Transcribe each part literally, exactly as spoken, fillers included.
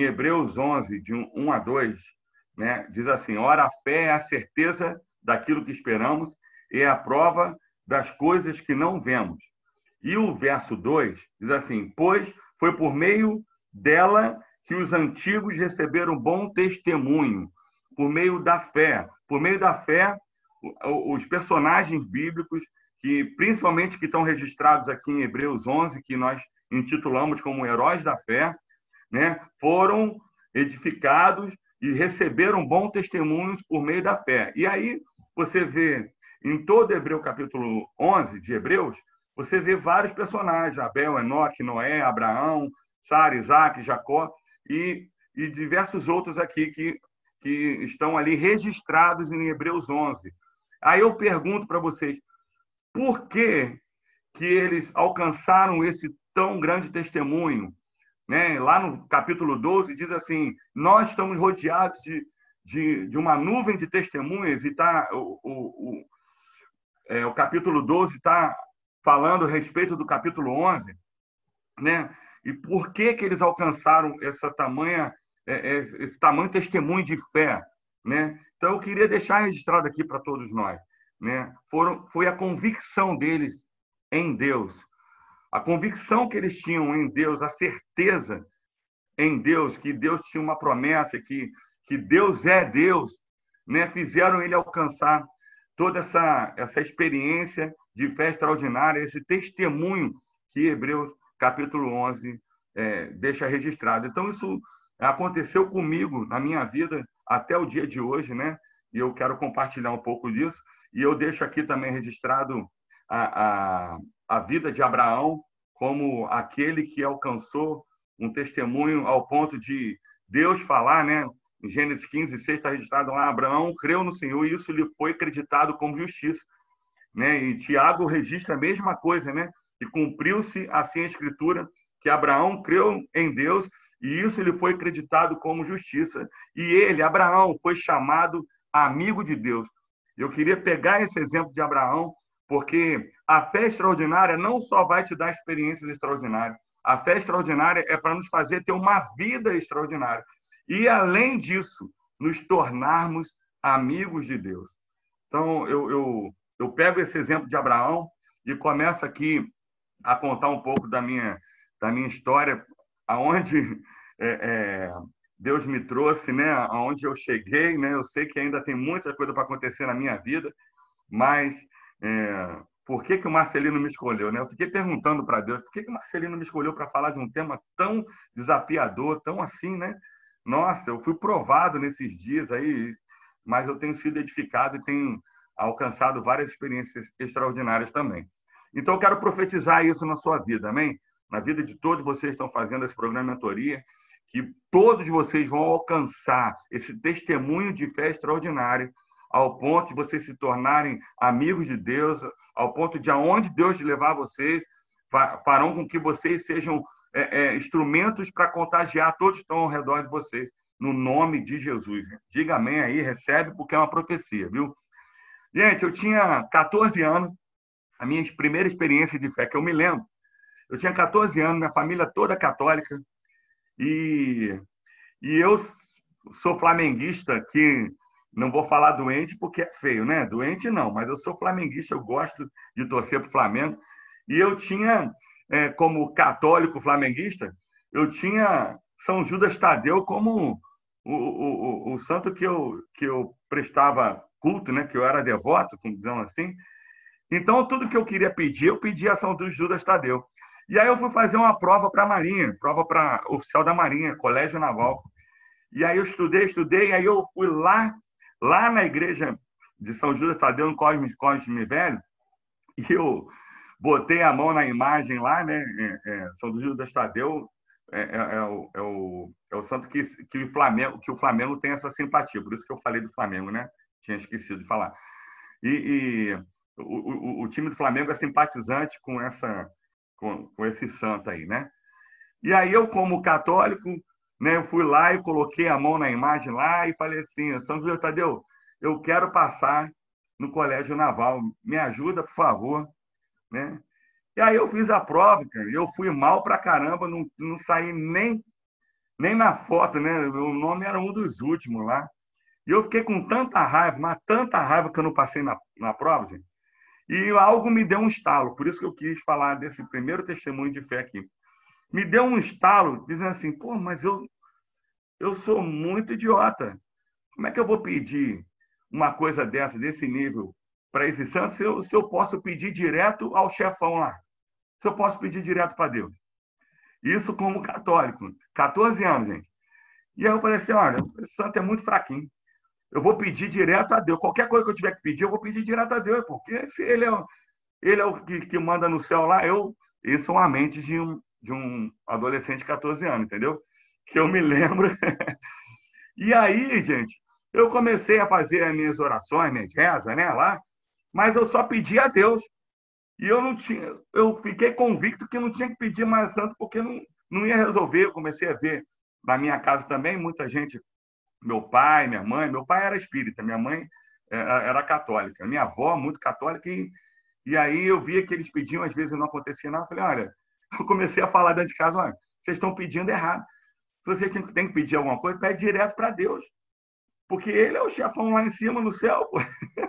Hebreus onze, de um a dois, né, diz assim: ora, a fé é a certeza daquilo que esperamos e é a prova das coisas que não vemos. E o verso dois diz assim: pois foi por meio dela que os antigos receberam bom testemunho, por meio da fé. Por meio da fé, os personagens bíblicos, que principalmente que estão registrados aqui em Hebreus onze, que nós intitulamos como heróis da fé, né, foram edificados e receberam bom testemunhos por meio da fé. E aí você vê em todo Hebreu capítulo onze de Hebreus, você vê vários personagens: Abel, Enoque, Noé, Abraão, Sara, Isaac, Jacó e, e diversos outros aqui que, que estão ali registrados em Hebreus onze. Aí eu pergunto para vocês, por que, que eles alcançaram esse tão grande testemunho? Né? Lá no capítulo doze diz assim: nós estamos rodeados de, de, de uma nuvem de testemunhas, e tá, o, o, o, é, o capítulo doze está falando a respeito do capítulo onze, né? E por que, que eles alcançaram essa tamanha, é, esse tamanho testemunho de fé? Né? Então, eu queria deixar registrado aqui para todos nós, né? Foram, foi a convicção deles em Deus. A convicção que eles tinham em Deus, a certeza em Deus, que Deus tinha uma promessa, que, que Deus é Deus, né? Fizeram ele alcançar toda essa, essa experiência de fé extraordinária, esse testemunho que Hebreus capítulo onze é, deixa registrado. Então, isso aconteceu comigo na minha vida até o dia de hoje, né? E eu quero compartilhar um pouco disso. E eu deixo aqui também registrado a, a, a vida de Abraão como aquele que alcançou um testemunho ao ponto de Deus falar, né? Em Gênesis quinze, seis está registrado lá: Abraão creu no Senhor e isso lhe foi acreditado como justiça. Né? E Tiago registra a mesma coisa, né? E cumpriu-se assim a escritura, que Abraão creu em Deus e isso lhe foi acreditado como justiça. E ele, Abraão, foi chamado amigo de Deus. Eu queria pegar esse exemplo de Abraão, porque a fé extraordinária não só vai te dar experiências extraordinárias, a fé extraordinária é para nos fazer ter uma vida extraordinária. E, além disso, nos tornarmos amigos de Deus. Então, eu, eu, eu pego esse exemplo de Abraão e começo aqui a contar um pouco da minha, da minha história, aonde é, é, Deus me trouxe, né? Aonde eu cheguei, né? Eu sei que ainda tem muita coisa para acontecer na minha vida, mas é, por que, que o Marcelino me escolheu? Né? Eu fiquei perguntando para Deus, por que, que o Marcelino me escolheu para falar de um tema tão desafiador, tão assim, né? Nossa, eu fui provado nesses dias aí, mas eu tenho sido edificado e tenho alcançado várias experiências extraordinárias também. Então, eu quero profetizar isso na sua vida, amém? Na vida de todos vocês que estão fazendo esse programa de mentoria, que todos vocês vão alcançar esse testemunho de fé extraordinária, ao ponto de vocês se tornarem amigos de Deus, ao ponto de aonde Deus levar vocês, farão com que vocês sejam é, é, instrumentos para contagiar todos que estão ao redor de vocês, no nome de Jesus. Diga amém aí, recebe, porque é uma profecia, viu? Gente, eu tinha catorze anos, a minha primeira experiência de fé, que eu me lembro. Eu tinha catorze anos, minha família toda católica, e, e eu sou flamenguista, que não vou falar doente porque é feio, né? Doente não, mas eu sou flamenguista, eu gosto de torcer para o Flamengo. E eu tinha, é, como católico flamenguista, eu tinha São Judas Tadeu como o, o, o, o santo que eu, que eu prestava culto, né? Que eu era devoto, como dizemos assim. Então, tudo que eu queria pedir, eu pedia a São Judas Tadeu. E aí eu fui fazer uma prova para a Marinha, prova para oficial da Marinha, Colégio Naval. E aí eu estudei, estudei, e aí eu fui lá, lá na igreja de São Judas Tadeu, no Cosme, Cosme Velho, e eu botei a mão na imagem lá, né? É, é, São Judas Tadeu é, é, é, o, é, o, é o santo que, que, o Flamengo, que o Flamengo tem essa simpatia, por isso que eu falei do Flamengo, né? Tinha esquecido de falar. E, e o, o, o time do Flamengo é simpatizante com, essa, com, com esse santo aí, né? E aí eu, como católico, né, eu fui lá e coloquei a mão na imagem lá e falei assim: São Judas Tadeu, eu quero passar no Colégio Naval, me ajuda, por favor. Né? E aí eu fiz a prova, cara, eu fui mal pra caramba, não, não saí nem, nem na foto, né? O nome era um dos últimos lá. E eu fiquei com tanta raiva, mas tanta raiva que eu não passei na, na prova, gente. E algo me deu um estalo, por isso que eu quis falar desse primeiro testemunho de fé aqui. Me deu um estalo, dizendo assim, pô, mas eu, eu sou muito idiota. Como é que eu vou pedir uma coisa dessa, desse nível, para esse santo, se eu, se eu posso pedir direto ao chefão lá? Se eu posso pedir direto para Deus? Isso como católico, quatorze anos, gente. E aí eu falei assim, olha, esse santo é muito fraquinho. Eu vou pedir direto a Deus. Qualquer coisa que eu tiver que pedir, eu vou pedir direto a Deus, porque se ele é, ele é o que, que manda no céu lá, eu... Isso é uma mente de um, de um adolescente de quatorze anos, entendeu? Que eu me lembro. E aí, gente, eu comecei a fazer as minhas orações, minhas rezas, né, lá, mas eu só pedi a Deus. E eu não tinha, eu fiquei convicto que não tinha que pedir mais santo, porque não, não ia resolver. Eu comecei a ver na minha casa também muita gente, meu pai, minha mãe, meu pai era espírita, minha mãe era católica, minha avó muito católica, e, e aí eu via que eles pediam, às vezes não acontecia nada. Eu falei, olha, eu comecei a falar dentro de casa, olha, vocês estão pedindo errado. Se vocês têm que pedir alguma coisa, pede direto para Deus, porque ele é o chefão lá em cima no céu, pô.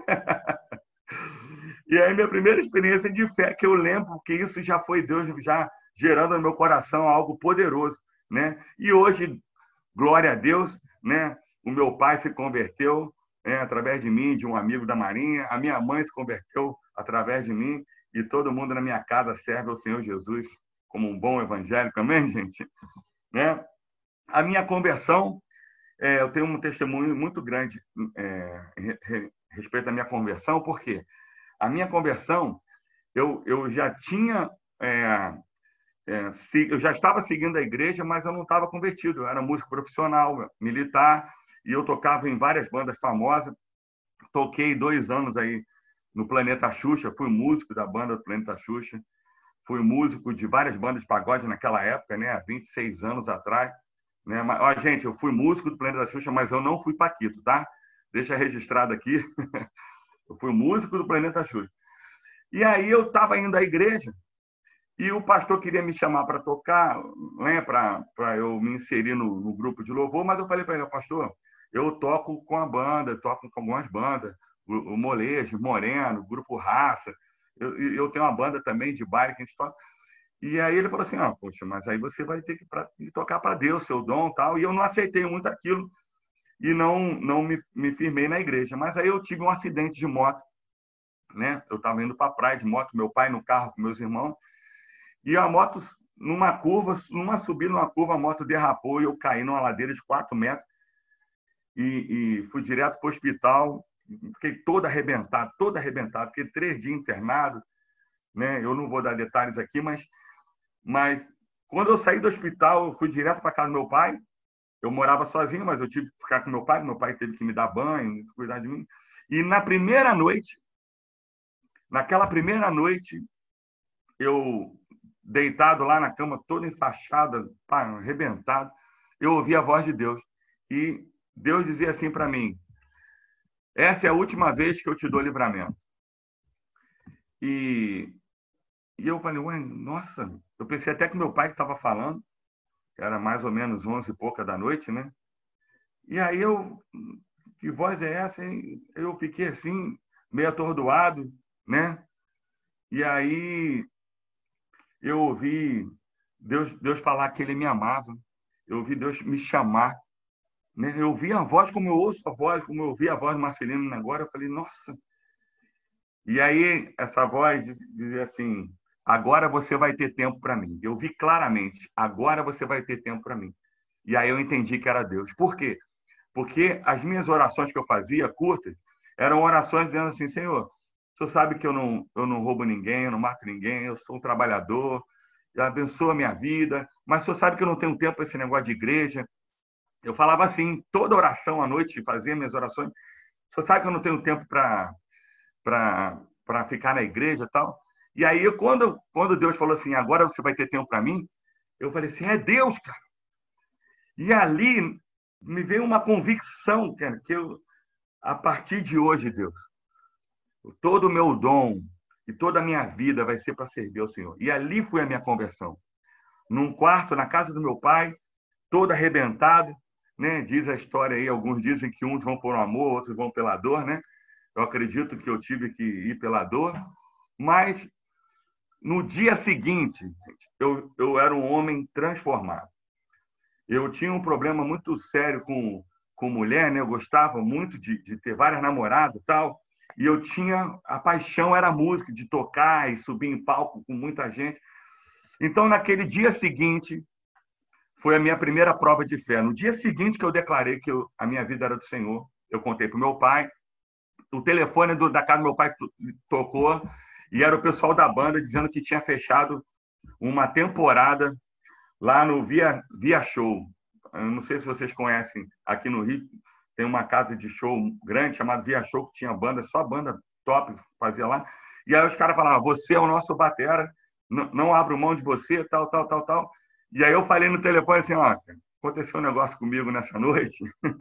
E aí, minha primeira experiência de fé, que eu lembro que isso já foi Deus já gerando no meu coração algo poderoso, né? E hoje, glória a Deus, né? O meu pai se converteu, né, através de mim, de um amigo da Marinha. A minha mãe se converteu através de mim. E todo mundo na minha casa serve ao Senhor Jesus como um bom evangélico, amém, gente? Né? A minha conversão, é, eu tenho um testemunho muito grande é, a respeito da minha conversão, porque a minha conversão, eu, eu já tinha, é, é, eu já estava seguindo a igreja, mas eu não estava convertido. Eu era músico profissional, militar, e eu tocava em várias bandas famosas. Toquei dois anos aí no Planeta Xuxa, fui músico da banda do Planeta Xuxa, fui músico de várias bandas de pagode naquela época, né, há vinte e seis anos atrás. Né? Mas, ó, gente, eu fui músico do Planeta Xuxa, mas eu não fui Paquito, tá? Deixa registrado aqui. Eu fui músico do Planeta Xuxa. E aí eu estava indo à igreja e o pastor queria me chamar para tocar, né, para eu me inserir no, no grupo de louvor, mas eu falei para ele, pastor, eu toco com a banda, toco com algumas bandas, o, o Molejo, Moreno, o Grupo Raça, eu, eu tenho uma banda também de baile que a gente toca. E aí ele falou assim, ah, poxa, mas aí você vai ter que pra, tocar para Deus, seu dom e tal. E eu não aceitei muito aquilo e não, não me, me firmei na igreja. Mas aí eu tive um acidente de moto, né? Eu estava indo para a praia de moto, meu pai no carro com meus irmãos, e a moto, numa curva, numa subida, numa curva, a moto derrapou e eu caí numa ladeira de quatro metros e, e fui direto para o hospital. Fiquei todo arrebentado, todo arrebentado. Fiquei três dias internado, né? Eu não vou dar detalhes aqui, mas, mas quando eu saí do hospital, eu fui direto para casa do meu pai. Eu morava sozinho, mas eu tive que ficar com meu pai. Meu pai teve que me dar banho, cuidar de mim. E na primeira noite, naquela primeira noite, eu, deitado lá na cama, todo enfaixado, pá, arrebentado, eu ouvi a voz de Deus. E Deus dizia assim para mim, essa é a última vez que eu te dou livramento. E, e eu falei, ué, nossa, eu pensei até que meu pai que estava falando, que era mais ou menos onze e pouca da noite, né? E aí eu, que voz é essa, hein? Eu fiquei assim, meio atordoado, né? E aí eu ouvi Deus, Deus falar que Ele me amava. Eu ouvi Deus me chamar. Né? Eu ouvi a voz como eu ouço a voz, como eu ouvi a voz do Marcelino agora. Eu falei, nossa. E aí essa voz dizia assim, agora você vai ter tempo para mim. Eu vi claramente, agora você vai ter tempo para mim. E aí eu entendi que era Deus. Por quê? Porque as minhas orações que eu fazia, curtas, eram orações dizendo assim, Senhor, o Senhor sabe que eu não, eu não roubo ninguém, eu não mato ninguém, eu sou um trabalhador, abençoa a minha vida, mas o Senhor sabe que eu não tenho tempo para esse negócio de igreja. Eu falava assim, toda oração à noite, fazia minhas orações, o Senhor sabe que eu não tenho tempo para para ficar na igreja e tal. E aí, quando, quando Deus falou assim, agora você vai ter tempo para mim, eu falei assim, é Deus, cara. E ali me veio uma convicção, cara, que eu, a partir de hoje, Deus, todo o meu dom e toda a minha vida vai ser para servir ao Senhor. E ali foi a minha conversão. Num quarto, na casa do meu pai, todo arrebentado, né? Diz a história aí, alguns dizem que uns vão por amor, outros vão pela dor, né? Eu acredito que eu tive que ir pela dor, mas no dia seguinte, eu, eu era um homem transformado. Eu tinha um problema muito sério com, com mulher, né? Eu gostava muito de, de ter várias namoradas e tal, e eu tinha, a paixão era a música, de tocar e subir em palco com muita gente. Então, naquele dia seguinte, foi a minha primeira prova de fé. No dia seguinte que eu declarei que eu, a minha vida era do Senhor, eu contei para o meu pai, o telefone do, da casa do meu pai tocou, e era o pessoal da banda dizendo que tinha fechado uma temporada lá no Via, Via Show. Eu não sei se vocês conhecem, aqui no Rio tem uma casa de show grande chamada Via Show, que tinha banda, só banda top fazia lá. E aí os caras falavam, você é o nosso batera, não, não abro mão de você, tal, tal, tal, tal. E aí eu falei no telefone assim, ó, aconteceu um negócio comigo nessa noite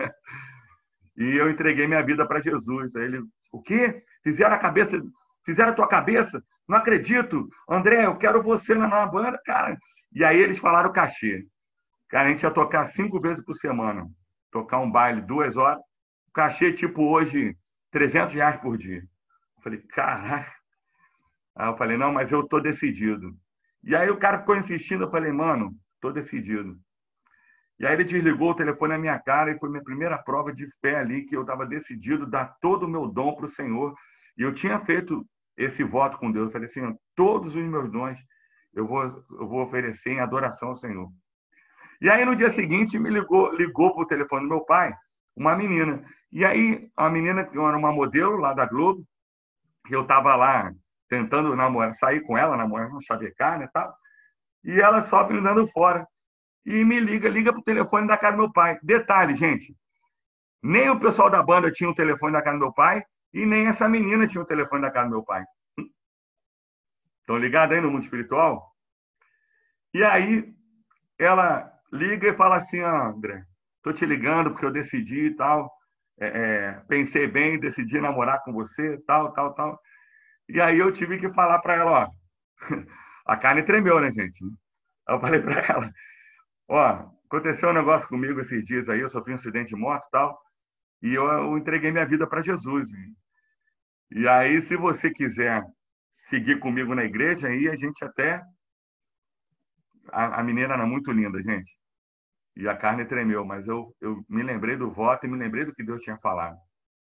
e eu entreguei minha vida para Jesus. Aí ele, o quê? Fizeram a cabeça, fizeram a tua cabeça? Não acredito. André, eu quero você na minha banda, cara. E aí eles falaram o cachê. Cara, a gente ia tocar cinco vezes por semana. Tocar um baile duas horas. O cachê, tipo, hoje, trezentos reais por dia. Eu falei, caraca. Aí eu falei, não, mas eu tô decidido. E aí o cara ficou insistindo, eu falei, mano, tô decidido. E aí ele desligou o telefone na minha cara e foi minha primeira prova de fé ali, que eu estava decidido a dar todo o meu dom para o Senhor. E eu tinha feito esse voto com Deus. Eu falei assim, todos os meus dons eu vou, eu vou oferecer em adoração ao Senhor. E aí no dia seguinte me ligou, ligou para o telefone do meu pai, uma menina. E aí a menina, que era uma modelo lá da Globo, que eu estava lá tentando namorar, sair com ela, namorar, chavecar, né, tal. E ela só me dando fora. E me liga, liga para o telefone da casa do meu pai. Detalhe, gente, nem o pessoal da banda tinha o telefone da casa do meu pai e nem essa menina tinha o telefone da casa do meu pai. Estão ligados aí no mundo espiritual? E aí ela liga e fala assim, ah, André, tô te ligando porque eu decidi e tal, é, é, pensei bem, decidi namorar com você, tal, tal, tal. E aí eu tive que falar para ela, ó, a carne tremeu, né, gente? Aí eu falei para ela, ó, aconteceu um negócio comigo esses dias aí, eu sofri um acidente de moto e tal, e eu, eu entreguei minha vida para Jesus. E aí, se você quiser seguir comigo na igreja, aí a gente até... A, a menina era muito linda, gente. E a carne tremeu, mas eu, eu me lembrei do voto e me lembrei do que Deus tinha falado.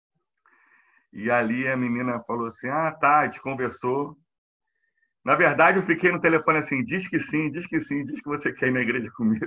E ali a menina falou assim, ah, tá, a gente conversou. Na verdade, eu fiquei no telefone assim, diz que sim, diz que sim, diz que você quer ir na igreja comigo.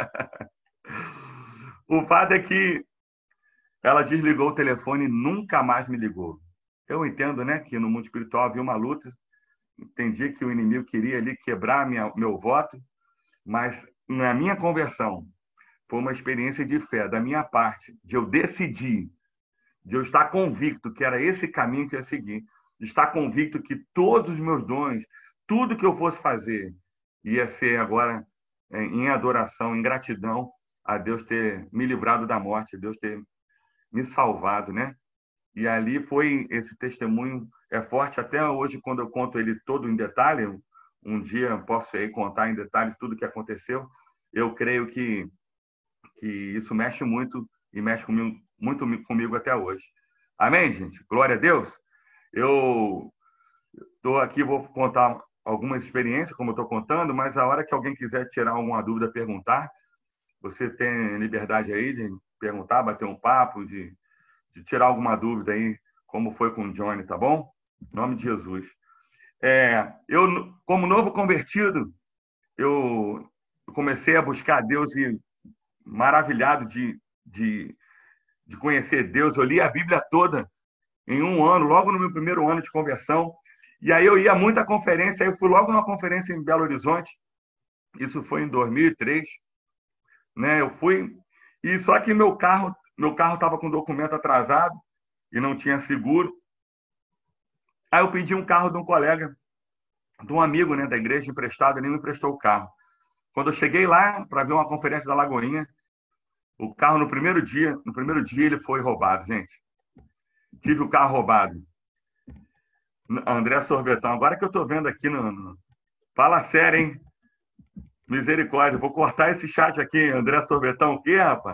O fato é que ela desligou o telefone e nunca mais me ligou. Eu entendo, né, que no mundo espiritual havia uma luta. Entendi que o inimigo queria ali quebrar minha, meu voto, mas na minha conversão foi uma experiência de fé da minha parte, de eu decidir, de eu estar convicto que era esse caminho que eu ia seguir, de estar convicto que todos os meus dons, tudo que eu fosse fazer, ia ser agora em adoração, em gratidão a Deus ter me livrado da morte, a Deus ter me salvado, né? E ali foi esse testemunho, é forte até hoje, quando eu conto ele todo em detalhe, um dia posso aí contar em detalhe tudo o que aconteceu, eu creio que, que isso mexe muito e mexe comigo, muito comigo até hoje. Amém, gente? Glória a Deus. Eu estou aqui, vou contar algumas experiências, como eu estou contando, mas a hora que alguém quiser tirar alguma dúvida, perguntar, você tem liberdade aí de perguntar, bater um papo, de, de tirar alguma dúvida aí, como foi com o Johnny, tá bom? Em nome de Jesus. É, eu, como novo convertido, eu comecei a buscar Deus e maravilhado de, de, de conhecer Deus. Eu li a Bíblia toda em um ano, logo no meu primeiro ano de conversão. E aí eu ia muito à conferência, aí eu fui logo numa conferência em Belo Horizonte. Isso foi em dois mil e três. Né? Eu fui, e só que meu carro meu carro estava com documento atrasado e não tinha seguro. Aí eu pedi um carro de um colega, de um amigo, né, da igreja emprestado, ele me emprestou o carro. Quando eu cheguei lá para ver uma conferência da Lagoinha, o carro no primeiro dia, no primeiro dia ele foi roubado, gente. Tive o carro roubado. André Sorvetão, agora que eu estou vendo aqui no, no... Fala sério, hein? Misericórdia, vou cortar esse chat aqui. André Sorbetão, o quê, rapaz?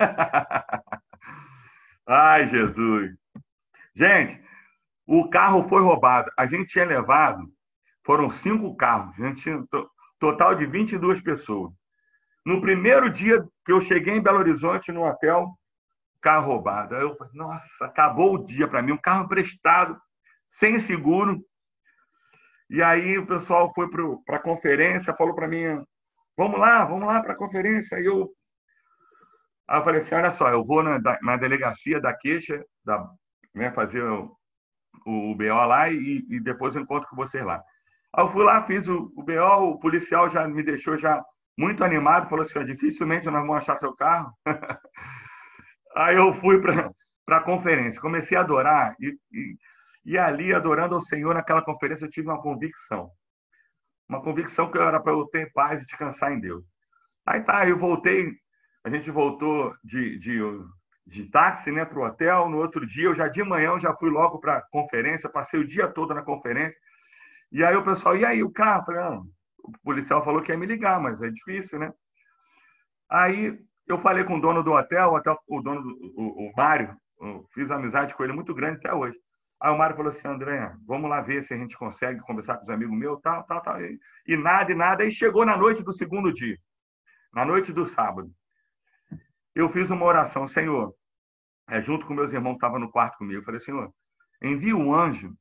Ai, Jesus. Gente, o carro foi roubado. A gente tinha levado, foram cinco carros. A gente tinha total de vinte e duas pessoas. No primeiro dia que eu cheguei em Belo Horizonte, no hotel, carro roubado. Aí eu falei, nossa, acabou o dia para mim. Um carro emprestado, sem seguro. E aí o pessoal foi para a conferência, falou para mim, vamos lá, vamos lá para a conferência. Aí eu, aí eu falei assim, olha só, eu vou na, na delegacia da queixa, da, né, fazer o, o B O lá e, e depois eu encontro com vocês lá. Aí eu fui lá, fiz o, o B O, o policial já me deixou já muito animado, falou assim, dificilmente nós vamos achar seu carro. Aí eu fui para a conferência, comecei a adorar, e, e, e ali, adorando ao Senhor, naquela conferência, eu tive uma convicção. Uma convicção que era para eu ter paz e descansar em Deus. Aí tá, eu voltei, a gente voltou de, de, de táxi, né, para o hotel. No outro dia, eu já de manhã, eu já fui logo para a conferência, passei o dia todo na conferência. E aí o pessoal, e aí, o carro? Eu falei, não, o policial falou que ia me ligar, mas é difícil, né? Aí eu falei com o dono do hotel, o, hotel, o dono, do, o, o Mário, eu fiz uma amizade com ele muito grande até hoje. Aí o Mário falou assim, André, vamos lá ver se a gente consegue conversar com os amigos meus, tal, tal, tal. E, e nada, e nada. Aí chegou na noite do segundo dia, na noite do sábado. Eu fiz uma oração, Senhor, é, junto com meus irmãos que estavam no quarto comigo. Eu falei, Senhor, envia um anjo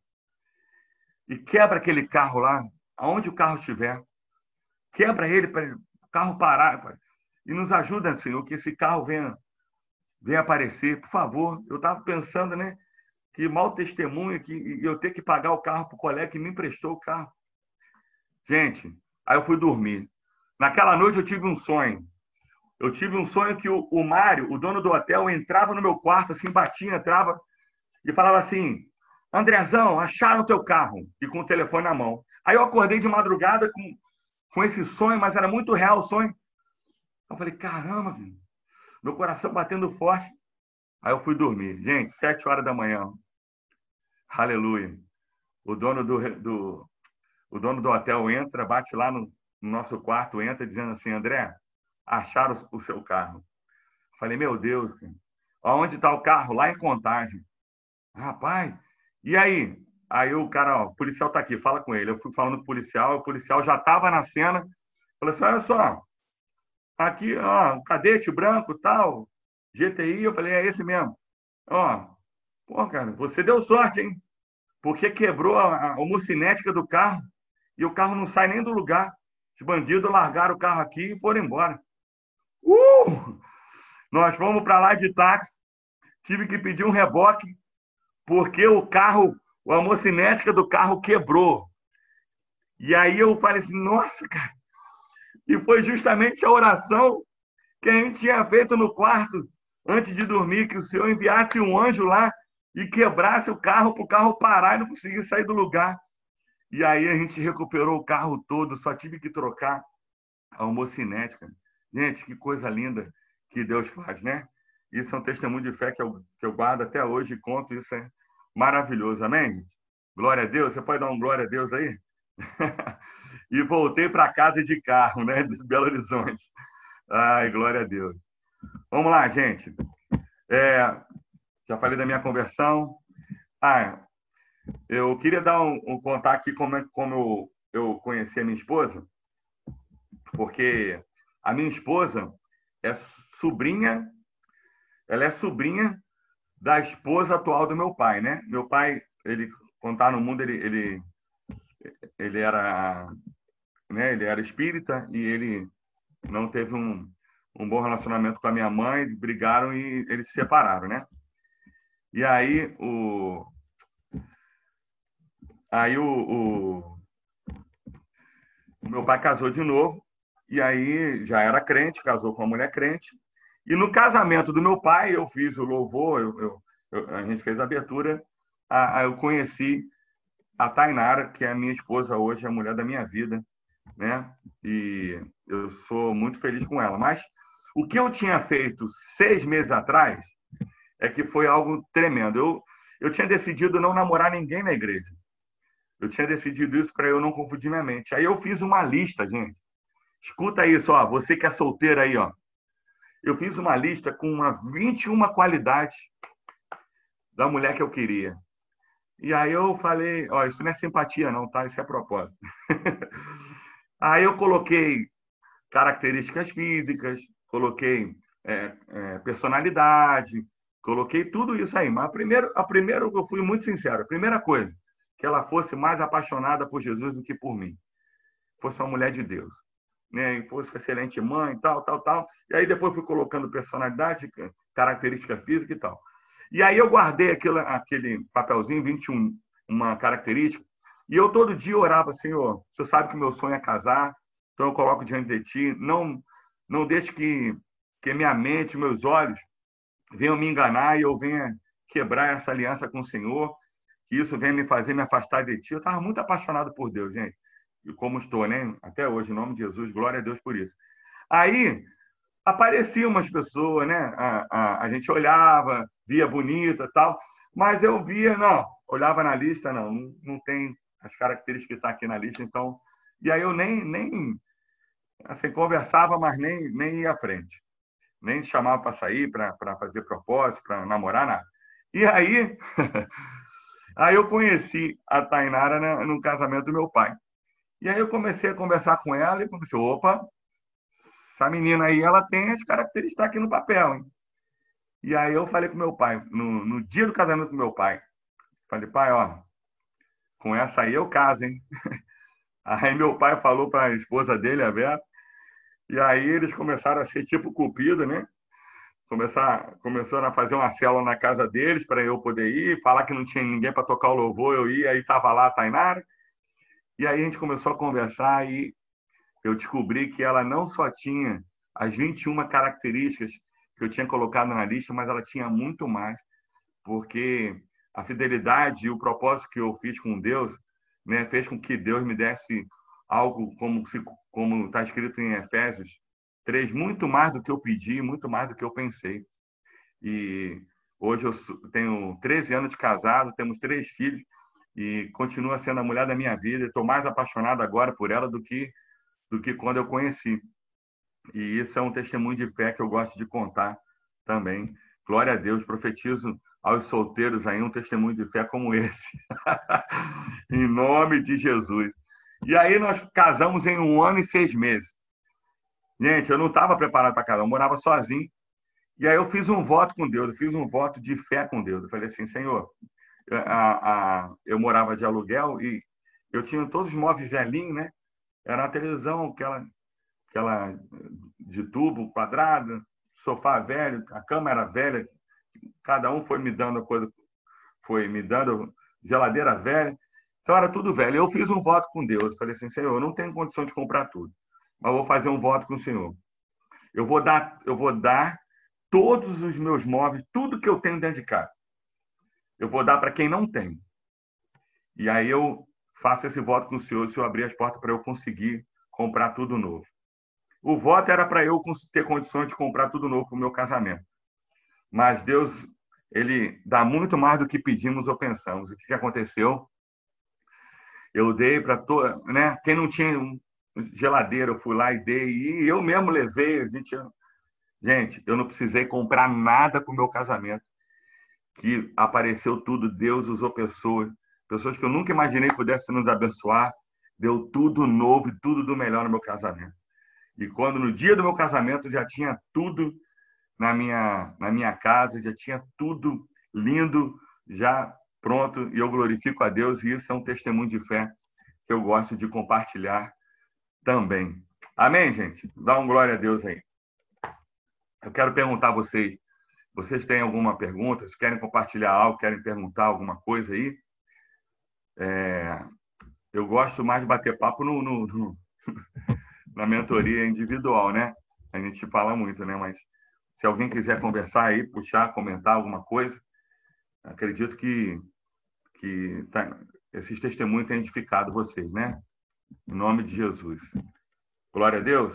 e quebra aquele carro lá, aonde o carro estiver. Quebra ele para o carro parar, pai. E nos ajuda, Senhor, que esse carro venha, venha aparecer, por favor. Eu estava pensando, né? Que mau testemunho que eu ter que pagar o carro para o colega que me emprestou o carro. Gente, aí eu fui dormir. Naquela noite eu tive um sonho. Eu tive um sonho que o, o Mário, o dono do hotel, entrava no meu quarto, assim, batia, entrava e falava assim, Andrezão, acharam o teu carro. E com o telefone na mão. Aí eu acordei de madrugada com, com esse sonho, mas era muito real o sonho. Eu falei, caramba, meu coração batendo forte. Aí eu fui dormir. Gente, sete horas da manhã. Aleluia. O dono do, do, o dono do hotel entra, bate lá no, no nosso quarto, entra dizendo assim, André, acharam o, o seu carro. Falei, meu Deus, onde está o carro? Lá em Contagem. Rapaz, e aí? Aí o cara, ó, o policial está aqui, fala com ele. Eu fui falando com o policial, o policial já estava na cena. Falei assim, olha só, aqui, ó, um cadete branco, tal, G T I. Eu falei, é esse mesmo. Ó, pô, cara, você deu sorte, hein? Porque quebrou a, a homocinética do carro e o carro não sai nem do lugar. Os bandidos largaram o carro aqui e foram embora. Uh! Nós fomos para lá de táxi, tive que pedir um reboque porque o carro, a homocinética do carro quebrou. E aí eu falei assim, nossa, cara. E foi justamente a oração que a gente tinha feito no quarto antes de dormir, que o Senhor enviasse um anjo lá e quebrasse o carro para o carro parar e não conseguir sair do lugar. E aí a gente recuperou o carro todo, só tive que trocar a homocinética. Gente, que coisa linda que Deus faz, né? Isso é um testemunho de fé que eu, que eu guardo até hoje e conto, isso é maravilhoso, amém? Glória a Deus, você pode dar um glória a Deus aí? E voltei para casa de carro, né, de Belo Horizonte. Ai, glória a Deus. Vamos lá, gente. É, já falei da minha conversão. Ah, eu queria dar um, um contar aqui como, é, como eu, eu conheci a minha esposa, porque a minha esposa é sobrinha, ela é sobrinha da esposa atual do meu pai, né? Meu pai, ele, quando tá no mundo, ele, ele, ele era, né? Ele era espírita e ele não teve um, um bom relacionamento com a minha mãe, brigaram e eles se separaram, né? E aí o aí o, o, o meu pai casou de novo e aí já era crente, casou com uma mulher crente. E no casamento do meu pai, eu fiz o louvor, eu, eu, eu, a gente fez a abertura, a, a, eu conheci a Tainara, que é a minha esposa hoje, a mulher da minha vida, né? E eu sou muito feliz com ela. Mas o que eu tinha feito seis meses atrás é que foi algo tremendo. Eu, eu tinha decidido não namorar ninguém na igreja. Eu tinha decidido isso para eu não confundir minha mente. Aí eu fiz uma lista, gente, Escuta isso, ó, você que é solteiro aí, ó. Eu fiz uma lista com uma vinte e uma qualidades da mulher que eu queria. E aí eu falei, ó, isso não é simpatia não, tá? Isso é propósito. Aí eu coloquei características físicas, coloquei é, é, personalidade, coloquei tudo isso aí. Mas a primeiro, a primeiro eu fui muito sincero. A primeira coisa, que ela fosse mais apaixonada por Jesus do que por mim. Fosse uma mulher de Deus. Né? E fosse excelente mãe, tal, tal, tal. E aí depois fui colocando personalidade, característica física e tal. E aí eu guardei aquele, aquele papelzinho, vinte e um, uma característica, e eu todo dia orava, Senhor, você sabe que meu sonho é casar, então eu coloco diante de Ti, não, não deixe que, que minha mente, meus olhos venham me enganar e eu venha quebrar essa aliança com o Senhor, que isso venha me fazer me afastar de Ti. Eu estava muito apaixonado por Deus, gente, e como estou, né? Até hoje, em nome de Jesus, glória a Deus por isso. Aí, apareciam umas pessoas, né? A, a, a gente olhava, via bonita e tal, mas eu via, não, olhava na lista, não, não, não tem as características que estão aqui na lista, então. E aí eu nem, nem assim, conversava, mas nem, nem ia à frente. Nem chamava para sair, para fazer propósito, para namorar, nada. E aí, aí eu conheci a Tainara, né, no casamento do meu pai. E aí eu comecei a conversar com ela e comecei, opa, essa menina aí, ela tem as características aqui no papel, hein? E aí eu falei com meu pai, no, no dia do casamento do meu pai, falei, pai, ó, com essa aí eu caso, hein? Aí meu pai falou para a esposa dele, a Vera, e aí eles começaram a ser tipo cupido, né? Começar, começaram a fazer uma célula na casa deles para eu poder ir, falar que não tinha ninguém para tocar o louvor, eu ia, aí estava lá a Tainara. E aí a gente começou a conversar e eu descobri que ela não só tinha as vinte e uma características que eu tinha colocado na lista, mas ela tinha muito mais, porque a fidelidade e o propósito que eu fiz com Deus, né, fez com que Deus me desse algo como se, como está escrito em Efésios três, muito mais do que eu pedi, muito mais do que eu pensei. E hoje eu tenho treze anos de casado, temos três filhos e continua sendo a mulher da minha vida. Estou mais apaixonado agora por ela do que do que quando eu conheci. E isso é um testemunho de fé que eu gosto de contar também. Glória a Deus, profetizo aos solteiros aí um testemunho de fé como esse. Em nome de Jesus. E aí nós casamos em um ano e seis meses. Gente, eu não estava preparado para casar, eu morava sozinho. E aí eu fiz um voto com Deus, eu fiz um voto de fé com Deus. Eu falei assim, Senhor, a, a, eu morava de aluguel e eu tinha todos os móveis velhinhos, né? Era a televisão, aquela, aquela de tubo quadrada, sofá velho, a cama era velha, cada um foi me dando coisa, foi me dando geladeira velha, então era tudo velho. Eu fiz um voto com Deus, falei assim, Senhor, eu não tenho condição de comprar tudo, mas vou fazer um voto com o Senhor. Eu vou dar, eu vou dar todos os meus móveis, tudo que eu tenho dentro de casa. Eu vou dar para quem não tem. E aí eu faço esse voto com o Senhor, se eu abrir as portas para eu conseguir comprar tudo novo. O voto era para eu ter condições de comprar tudo novo para o meu casamento. Mas Deus, ele dá muito mais do que pedimos ou pensamos. O que aconteceu? Eu dei para toda, né? Quem não tinha geladeira, eu fui lá e dei. E eu mesmo levei. A gente, gente, eu não precisei comprar nada para o meu casamento. Que apareceu tudo, Deus usou pessoas, pessoas que eu nunca imaginei pudessem nos abençoar. Deu tudo novo e tudo do melhor no meu casamento. E quando no dia do meu casamento já tinha tudo na minha, na minha casa, já tinha tudo lindo, já pronto, e eu glorifico a Deus, e isso é um testemunho de fé que eu gosto de compartilhar também. Amém, gente? Dá um glória a Deus aí. Eu quero perguntar a vocês, vocês têm alguma pergunta? Se querem compartilhar algo, querem perguntar alguma coisa aí? É, eu gosto mais de bater papo no, no, no, na mentoria individual, né? A gente fala muito, né? Mas se alguém quiser conversar aí, puxar, comentar alguma coisa, acredito que, que tá, esses testemunhos têm edificado vocês, né? Em nome de Jesus. Glória a Deus.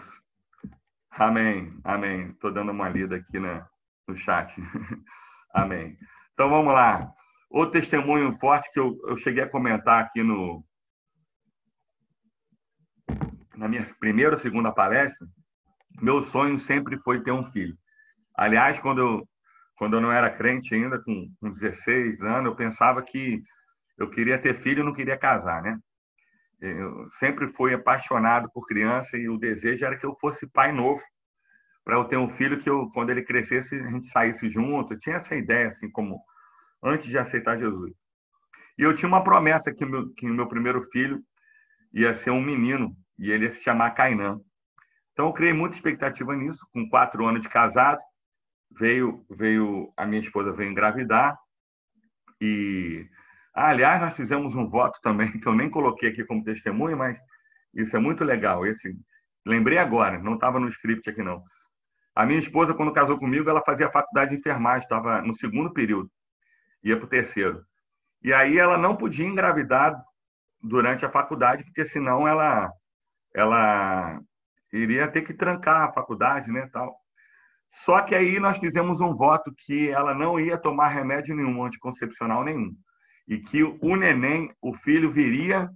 Amém, amém. Estou dando uma lida aqui na, no chat. Amém. Então, vamos lá. Outro testemunho forte que eu, eu cheguei a comentar aqui no, na minha primeira ou segunda palestra, meu sonho sempre foi ter um filho. Aliás, quando eu, quando eu não era crente ainda, com, com dezesseis anos, eu pensava que eu queria ter filho e não queria casar, né? Eu sempre fui apaixonado por criança e o desejo era que eu fosse pai novo, para eu ter um filho que eu, quando ele crescesse, a gente saísse junto. Eu tinha essa ideia, assim, como antes de aceitar Jesus. E eu tinha uma promessa que o meu, que o meu primeiro filho ia ser um menino e ele ia se chamar Cainã. Então, eu criei muita expectativa nisso. Com quatro anos de casado, veio, veio a minha esposa veio engravidar. E, ah, aliás, nós fizemos um voto também, que eu nem coloquei aqui como testemunha, mas isso é muito legal. Esse, lembrei agora, não estava no script aqui, não. A minha esposa, quando casou comigo, ela fazia faculdade de enfermagem, estava no segundo período, ia para o terceiro. E aí ela não podia engravidar durante a faculdade, porque senão ela, ela iria ter que trancar a faculdade, né, tal. Só que aí nós fizemos um voto que ela não ia tomar remédio nenhum, anticoncepcional nenhum. E que o neném, o filho, viria,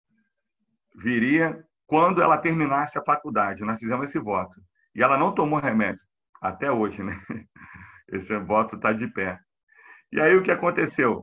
viria quando ela terminasse a faculdade. Nós fizemos esse voto. E ela não tomou remédio, até hoje, né? Esse voto está de pé. E aí o que aconteceu?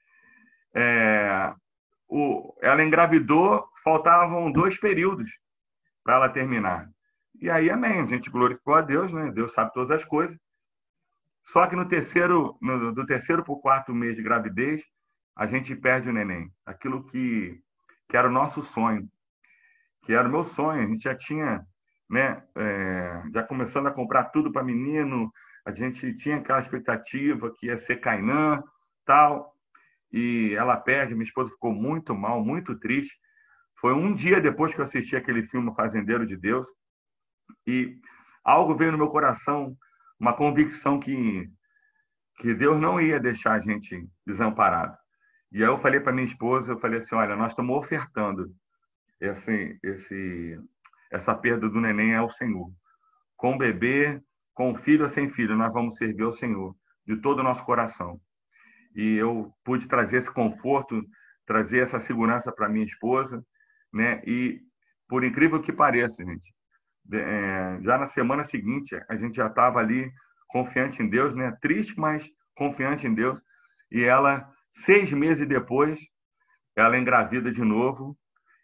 É, o, ela engravidou, faltavam dois períodos para ela terminar. E aí, amém, a gente glorificou a Deus, né? Deus sabe todas as coisas. Só que no terceiro, no, do terceiro para o quarto mês de gravidez, a gente perde o neném. Aquilo que, que era o nosso sonho, que era o meu sonho. A gente já tinha, né, é, já começando a comprar tudo para menino, a gente tinha aquela expectativa que ia ser Cainã, tal, e ela perde. Minha esposa ficou muito mal, muito triste. Foi um dia depois que eu assisti aquele filme Fazendeiro de Deus, e algo veio no meu coração, uma convicção que, que Deus não ia deixar a gente desamparado. E aí eu falei para minha esposa, eu falei assim, olha, nós estamos ofertando esse, esse, essa perda do neném ao Senhor. Com bebê, com filho ou sem filho, nós vamos servir ao Senhor de todo o nosso coração. E eu pude trazer esse conforto, trazer essa segurança para minha esposa, né? E por incrível que pareça, gente, é, já na semana seguinte a gente já estava ali confiante em Deus, né? Triste, mas confiante em Deus. E ela, seis meses depois, ela engravida de novo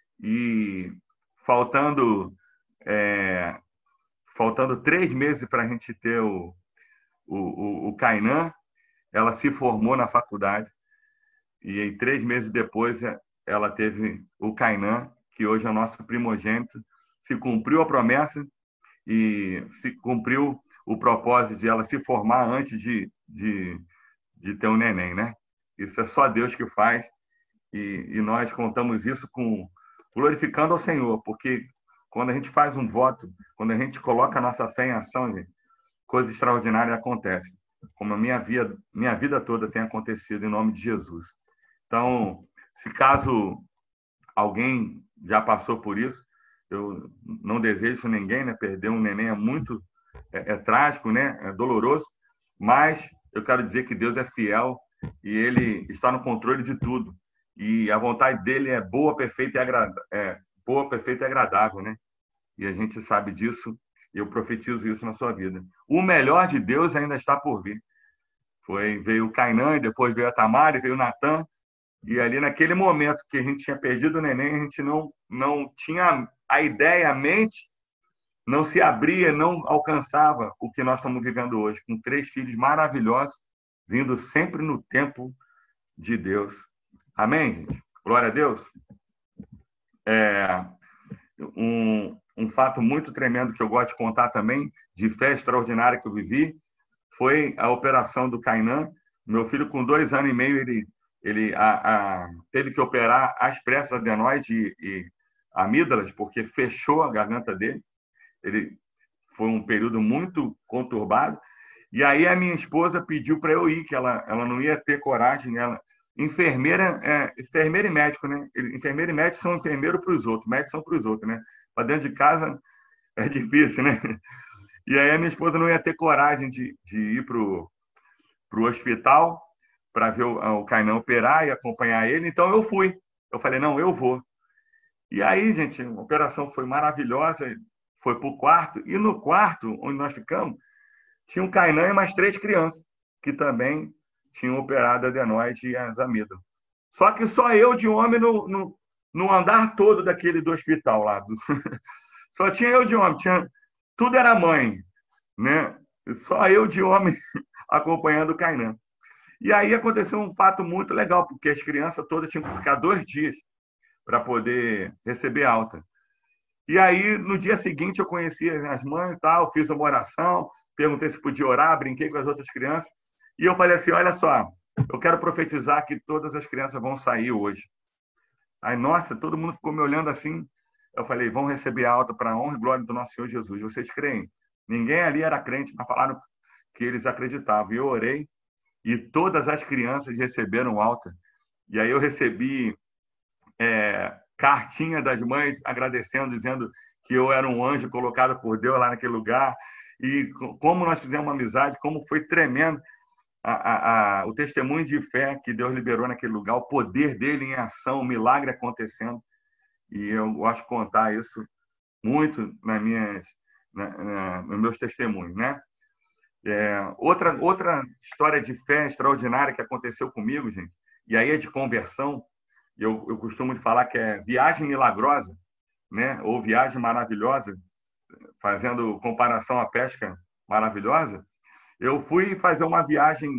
e faltando é, faltando três meses para a gente ter o, o, o, o Cainã, ela se formou na faculdade e aí, três meses depois ela teve o Cainã, que hoje é o nosso primogênito. Se cumpriu a promessa e se cumpriu o propósito de ela se formar antes de, de, de ter um neném, né? Isso é só Deus que faz e, e nós contamos isso com glorificando ao Senhor, porque quando a gente faz um voto, quando a gente coloca a nossa fé em ação, gente, coisa extraordinária acontece, como a minha vida, minha vida toda tem acontecido em nome de Jesus. Então, se caso alguém já passou por isso, eu não desejo ninguém, né? Perder um neném é muito é, é trágico, né? É doloroso, mas eu quero dizer que Deus é fiel e Ele está no controle de tudo. E a vontade dele é boa, perfeita e agrada, é boa, perfeita e agradável, né? E a gente sabe disso. E eu profetizo isso na sua vida. O melhor de Deus ainda está por vir. Foi veio o Cainã, e depois veio a Tamara, e veio o Natan. E ali naquele momento que a gente tinha perdido o neném, a gente não não tinha a ideia, a mente não se abria, não alcançava o que nós estamos vivendo hoje, com três filhos maravilhosos, vindo sempre no tempo de Deus. Amém, gente? Glória a Deus. É, um, um fato muito tremendo que eu gosto de contar também, de fé extraordinária que eu vivi, foi a operação do Cainã. Meu filho, com dois anos e meio, ele, ele a, a, teve que operar às pressas adenoide e, e amígdalas, porque fechou a garganta dele. Ele foi um período muito conturbado. E aí a minha esposa pediu para eu ir, que ela, ela não ia ter coragem. Ela, enfermeira, é, enfermeira e médico, né? Enfermeira e médico são enfermeiro para os outros, médicos são para os outros, né? Para dentro de casa é difícil, né? E aí a minha esposa não ia ter coragem de, de ir para o hospital para ver o, o Cainã operar e acompanhar ele. Então eu fui. Eu falei, não, eu vou. E aí, gente, a operação foi maravilhosa, foi para o quarto, e no quarto onde nós ficamos, tinha um Kainan e mais três crianças, que também tinham operado adenoide e as amígdalas. Só que só eu de homem no, no, no andar todo daquele do hospital lá. Do... Só tinha eu de homem, tinha... tudo era mãe, né? Só eu de homem acompanhando o Kainan. E aí aconteceu um fato muito legal, porque as crianças todas tinham que ficar dois dias para poder receber alta. E aí, no dia seguinte, eu conheci as mães, tal, fiz uma oração, perguntei se podia orar, brinquei com as outras crianças, e eu falei assim, olha só, eu quero profetizar que todas as crianças vão sair hoje. Aí, nossa, todo mundo ficou me olhando assim. Eu falei, vão receber alta para a honra e glória do nosso Senhor Jesus. Vocês creem? Ninguém ali era crente, mas falaram que eles acreditavam. E eu orei, e todas as crianças receberam alta. E aí eu recebi é, cartinha das mães agradecendo, dizendo que eu era um anjo colocado por Deus lá naquele lugar. E como nós fizemos uma amizade, como foi tremendo a, a, a, o testemunho de fé que Deus liberou naquele lugar, o poder dele em ação, o milagre acontecendo. E eu gosto de contar isso muito nas minhas, na, na, nos meus testemunhos, né? É, outra, outra história de fé extraordinária que aconteceu comigo, gente, e aí é de conversão, eu, eu costumo falar que é viagem milagrosa, né? Ou viagem maravilhosa, fazendo comparação à pesca maravilhosa. Eu fui fazer uma viagem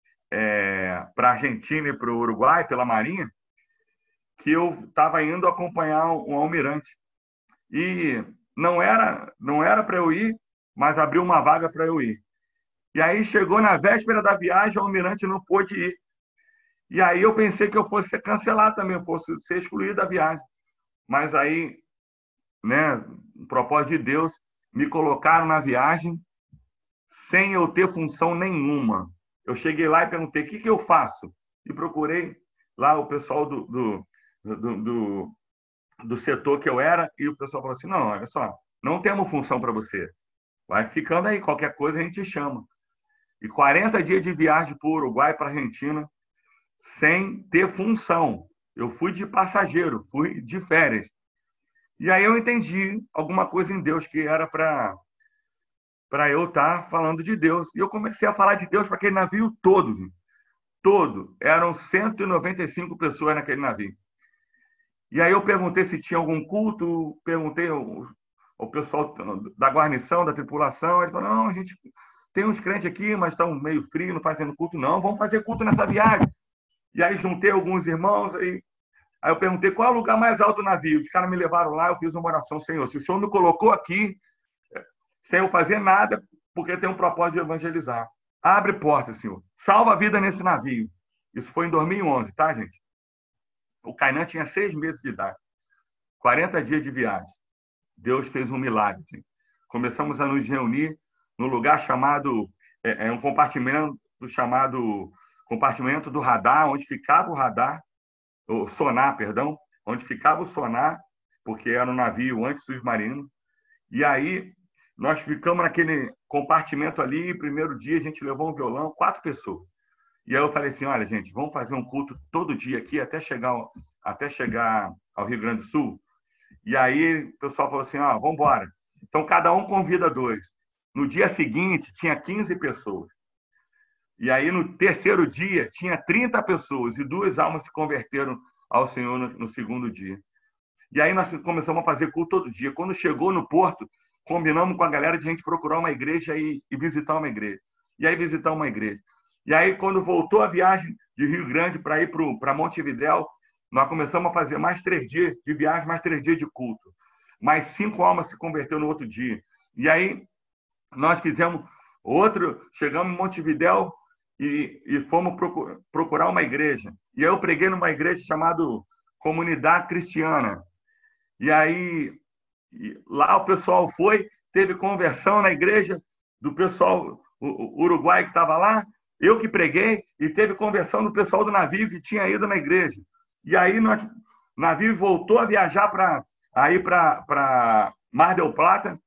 é, para a Argentina e para o Uruguai, pela Marinha, que eu estava indo acompanhar um almirante. E não era não era para eu ir, mas abriu uma vaga para eu ir. E aí chegou na véspera da viagem, o almirante não pôde ir. E aí eu pensei que eu fosse ser cancelado também, eu fosse ser excluído da viagem. Mas aí, né, no propósito de Deus, me colocaram na viagem sem eu ter função nenhuma. Eu cheguei lá e perguntei, o que, que eu faço? E procurei lá o pessoal do, do, do, do, do setor que eu era, e o pessoal falou assim, não, olha só, não temos função para você. Vai ficando aí, qualquer coisa a gente te chama. E quarenta dias de viagem para o Uruguai, para a Argentina, sem ter função. Eu fui de passageiro, fui de férias. E aí eu entendi alguma coisa em Deus que era para para eu estar falando de Deus. E eu comecei a falar de Deus para aquele navio todo. Todo. Eram cento e noventa e cinco pessoas naquele navio. E aí eu perguntei se tinha algum culto, perguntei ao, ao pessoal da guarnição, da tripulação. Eles falaram, não, a gente tem uns crentes aqui, mas estão meio frio, não fazendo culto. Não, vamos fazer culto nessa viagem. E aí juntei alguns irmãos, aí, aí eu perguntei qual é o lugar mais alto do navio. Os caras me levaram lá, eu fiz uma oração, Senhor, se o Senhor me colocou aqui, sem eu fazer nada, porque tem um propósito de evangelizar. Abre porta, Senhor. Salva a vida nesse navio. Isso foi em dois mil e onze, tá, gente? O Kainan tinha seis meses de idade. quarenta dias de viagem. Deus fez um milagre. Gente. Começamos a nos reunir num lugar chamado... É, é um compartimento chamado... compartimento do radar, onde ficava o radar, o sonar, perdão, onde ficava o sonar, porque era um navio anti-submarino. E aí... nós ficamos naquele compartimento ali, primeiro dia a gente levou um violão, quatro pessoas. E aí eu falei assim, olha, gente, vamos fazer um culto todo dia aqui até chegar, até chegar ao Rio Grande do Sul. E aí o pessoal falou assim, ó, vamos embora. Então cada um convida dois. No dia seguinte tinha quinze pessoas. E aí no terceiro dia tinha trinta pessoas e duas almas se converteram ao Senhor no, no segundo dia. E aí nós começamos a fazer culto todo dia. Quando chegou no porto, combinamos com a galera de a gente procurar uma igreja e, e visitar uma igreja. E aí visitar uma igreja. E aí, quando voltou a viagem de Rio Grande para ir para Montevidéu, nós começamos a fazer mais três dias de viagem, mais três dias de culto. Mais cinco almas se converteram no outro dia. E aí, nós fizemos outro, chegamos em Montevidéu e, e fomos procurar uma igreja. E aí eu preguei numa igreja chamada Comunidade Cristiana. E aí... E lá o pessoal foi, teve conversão na igreja do pessoal uruguai que estava lá, eu que preguei, e teve conversão do pessoal do navio que tinha ido na igreja. E aí nós, o navio voltou a viajar para aí para Mar del Plata,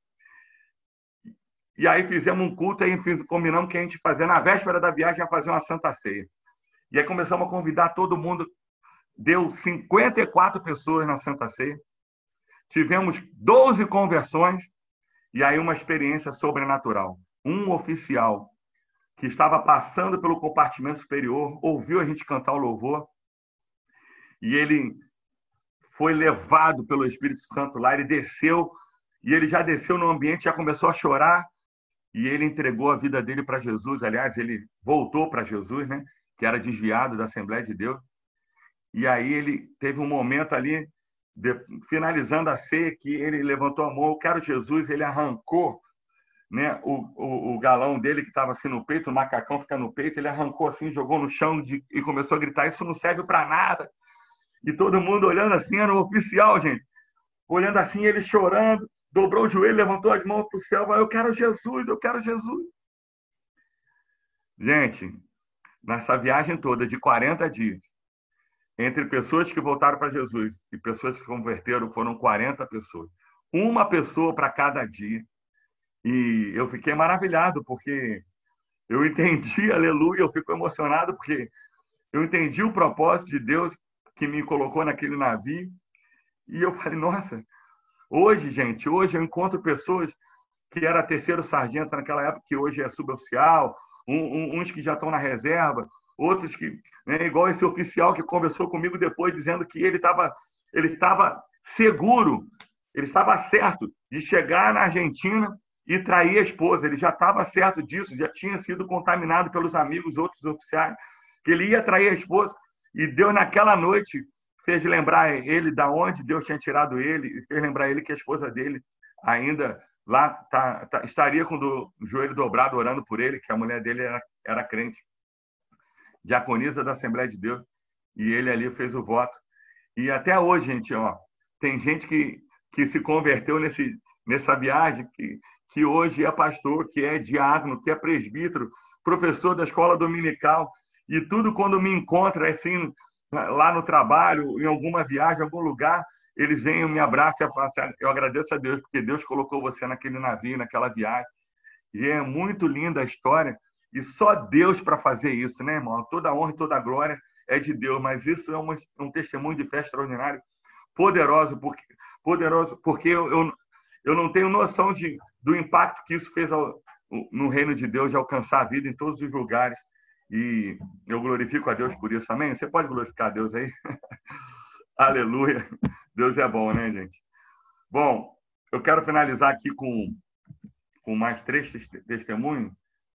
e aí fizemos um culto, aí combinamos que a gente fazia, na véspera da viagem, ia fazer uma Santa Ceia. E aí começamos a convidar todo mundo, deu cinquenta e quatro pessoas na Santa Ceia. tivemos doze conversões e aí uma experiência sobrenatural. Um oficial que estava passando pelo compartimento superior ouviu a gente cantar o louvor e ele foi levado pelo Espírito Santo lá, ele desceu e ele já desceu no ambiente, já começou a chorar e ele entregou a vida dele para Jesus. Aliás, ele voltou para Jesus, né? Que era desviado da Assembleia de Deus. E aí ele teve um momento ali, de, finalizando a ceia, que ele levantou a mão, eu quero Jesus, ele arrancou, né, o, o, o galão dele que estava assim no peito, o macacão fica no peito, ele arrancou assim, jogou no chão de, e começou a gritar, isso não serve para nada. E todo mundo olhando assim, era o oficial, gente, olhando assim, ele chorando, dobrou o joelho, levantou as mãos para o céu, falou, eu quero Jesus, eu quero Jesus. Gente, nessa viagem toda de quarenta dias, entre pessoas que voltaram para Jesus e pessoas que se converteram, foram quarenta pessoas. Uma pessoa para cada dia. E eu fiquei maravilhado, porque eu entendi, aleluia, eu fico emocionado, porque eu entendi o propósito de Deus que me colocou naquele navio. E eu falei, nossa, hoje, gente, hoje eu encontro pessoas que era terceiro sargento naquela época, que hoje é suboficial, um, um, uns que já estão na reserva, outros que, né, igual esse oficial que conversou comigo depois, dizendo que ele estava ele estava seguro, ele estava certo de chegar na Argentina e trair a esposa. Ele já estava certo disso, já tinha sido contaminado pelos amigos, outros oficiais, que ele ia trair a esposa. E Deus, naquela noite, fez lembrar ele da onde Deus tinha tirado ele, e fez lembrar ele que a esposa dele ainda lá tá, tá, estaria com o joelho dobrado orando por ele, que a mulher dele era, era crente, diaconisa da Assembleia de Deus, e ele ali fez o voto. E até hoje, gente, ó, tem gente que, que se converteu nesse, nessa viagem, que, que hoje é pastor, que é diácono, que é presbítero, professor da escola dominical, e tudo quando me encontra assim, lá no trabalho, em alguma viagem, em algum lugar, eles vêm, me abraçam e falam assim, eu agradeço a Deus, porque Deus colocou você naquele navio, naquela viagem. E é muito linda a história, e só Deus para fazer isso, né, irmão? Toda a honra e toda a glória é de Deus, mas isso é um, um testemunho de fé extraordinário, poderoso, porque, poderoso, porque eu, eu, eu não tenho noção de, do impacto que isso fez ao, no reino de Deus, de alcançar a vida em todos os lugares. E eu glorifico a Deus por isso, amém? Você pode glorificar a Deus aí? Aleluia! Deus é bom, né, gente? Bom, eu quero finalizar aqui com, com mais três testemunhos.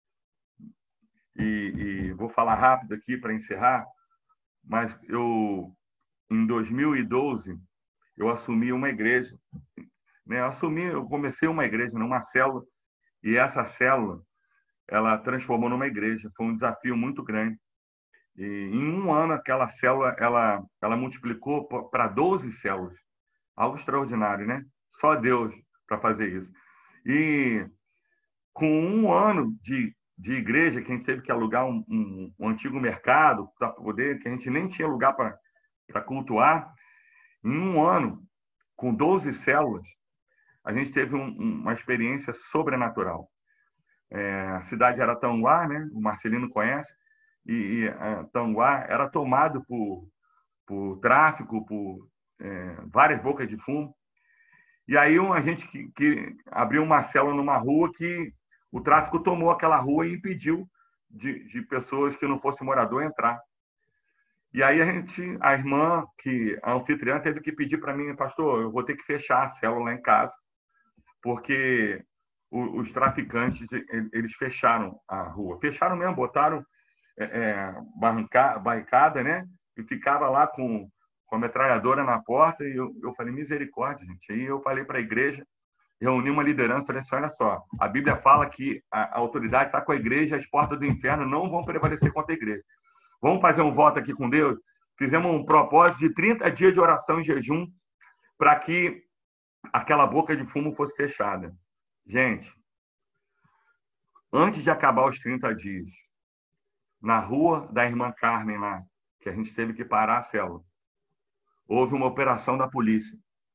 E, e vou falar rápido aqui para encerrar. Mas eu, em dois mil e doze, eu assumi uma igreja. Né? Eu assumi, eu comecei uma igreja, numa célula. E essa célula, ela transformou numa igreja. Foi um desafio muito grande. E em um ano, aquela célula, ela, ela multiplicou para doze células. Algo extraordinário, né? Só Deus para fazer isso. E com um ano de, de igreja, que a gente teve que alugar um, um, um antigo mercado para poder, que a gente nem tinha lugar para cultuar, em um ano, com doze células, a gente teve um, uma experiência sobrenatural. É, a cidade era Tanguá, né? O Marcelino conhece, e, e a Tanguá era tomado por, por tráfico, por é, várias bocas de fumo. E aí a gente que, que abriu uma célula numa rua que o tráfico tomou aquela rua e impediu de, de pessoas que não fossem morador entrar. E aí a gente, a irmã, que a anfitriã, teve que pedir para mim, pastor, eu vou ter que fechar a célula lá em casa, porque os traficantes, eles fecharam a rua. Fecharam mesmo, botaram é, barricada, né? E ficava lá com, com a metralhadora na porta. E eu, eu falei, misericórdia, gente. Aí eu falei para a igreja, reuni uma liderança, falei assim, olha só, a Bíblia fala que a, a autoridade está com a igreja, as portas do inferno não vão prevalecer contra a igreja. Vamos fazer um voto aqui com Deus? Fizemos um propósito de trinta dias de oração e jejum para que aquela boca de fumo fosse fechada. Gente, antes de acabar os trinta dias, na rua da irmã Carmen lá, que a gente teve que parar a célula, houve uma operação da polícia.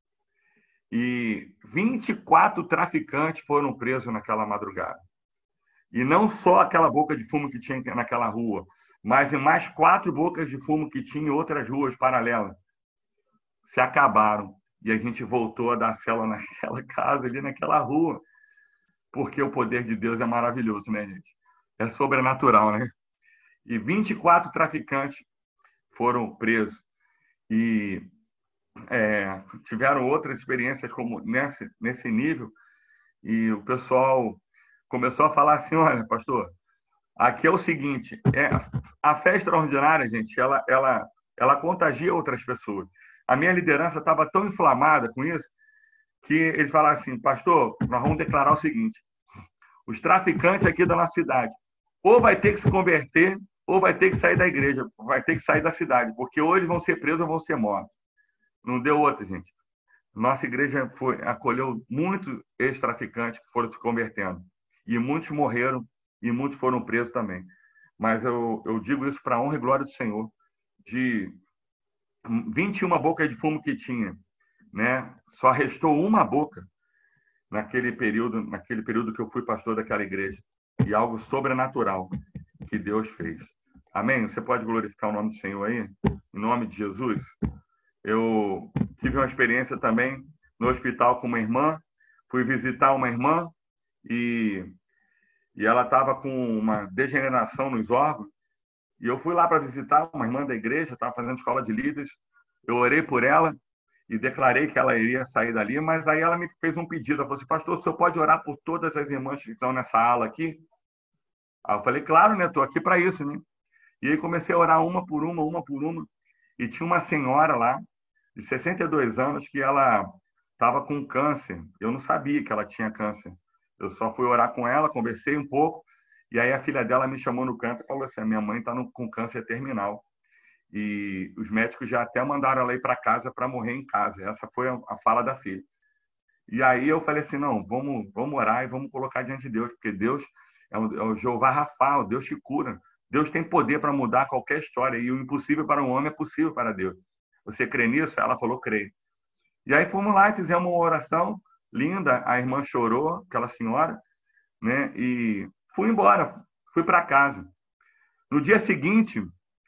E vinte e quatro traficantes foram presos naquela madrugada. E não só aquela boca de fumo que tinha naquela rua, mas em mais quatro bocas de fumo que tinha em outras ruas paralelas. Se acabaram. e a gente voltou a dar célula naquela casa, ali naquela rua, porque o poder de Deus é maravilhoso, né, gente? É sobrenatural, né? E vinte e quatro traficantes foram presos. E é, tiveram outras experiências como nesse, nesse nível, e o pessoal começou a falar assim, olha, pastor, aqui é o seguinte, é, a fé extraordinária, gente, ela, ela, ela contagia outras pessoas. A minha liderança estava tão inflamada com isso, que eles falaram assim, pastor, nós vamos declarar o seguinte, os traficantes aqui da nossa cidade, ou vai ter que se converter, ou vai ter que sair da igreja, vai ter que sair da cidade, porque ou eles vão ser presos ou vão ser mortos. Não deu outra, gente. Nossa igreja foi, acolheu muitos ex-traficantes que foram se convertendo. E muitos morreram, e muitos foram presos também. Mas eu, eu digo isso para a honra e glória do Senhor, de vinte e uma bocas de fumo que tinha, né? Só restou uma boca naquele período, naquele período que eu fui pastor daquela igreja. E algo sobrenatural que Deus fez. Amém? Você pode glorificar o nome do Senhor aí? Em nome de Jesus? Eu tive uma experiência também no hospital com uma irmã. Fui visitar uma irmã e, e ela estava com uma degeneração nos órgãos. E eu fui lá para visitar uma irmã da igreja, estava fazendo escola de líderes. Eu orei por ela e declarei que ela iria sair dali, mas aí ela me fez um pedido. Ela falou assim, pastor, o senhor pode orar por todas as irmãs que estão nessa ala aqui? Aí eu falei, claro, né? Estou aqui para isso, né? E aí comecei a orar uma por uma, uma por uma. E tinha uma senhora lá, de sessenta e dois anos, que ela estava com câncer. Eu não sabia que ela tinha câncer. Eu só fui orar com ela, conversei um pouco, e aí a filha dela me chamou no canto e falou assim, a minha mãe está com câncer terminal. E os médicos já até mandaram ela ir para casa para morrer em casa. Essa foi a fala da filha. E aí eu falei assim, não, vamos, vamos orar e vamos colocar diante de Deus, porque Deus é o, é o Jeová Rafa, o Deus que cura. Deus tem poder para mudar qualquer história, e o impossível para o homem é possível para Deus. Você crê nisso? Ela falou, creio. E aí fomos lá e fizemos uma oração linda, a irmã chorou, aquela senhora, né? E fui embora, fui para casa. No dia seguinte,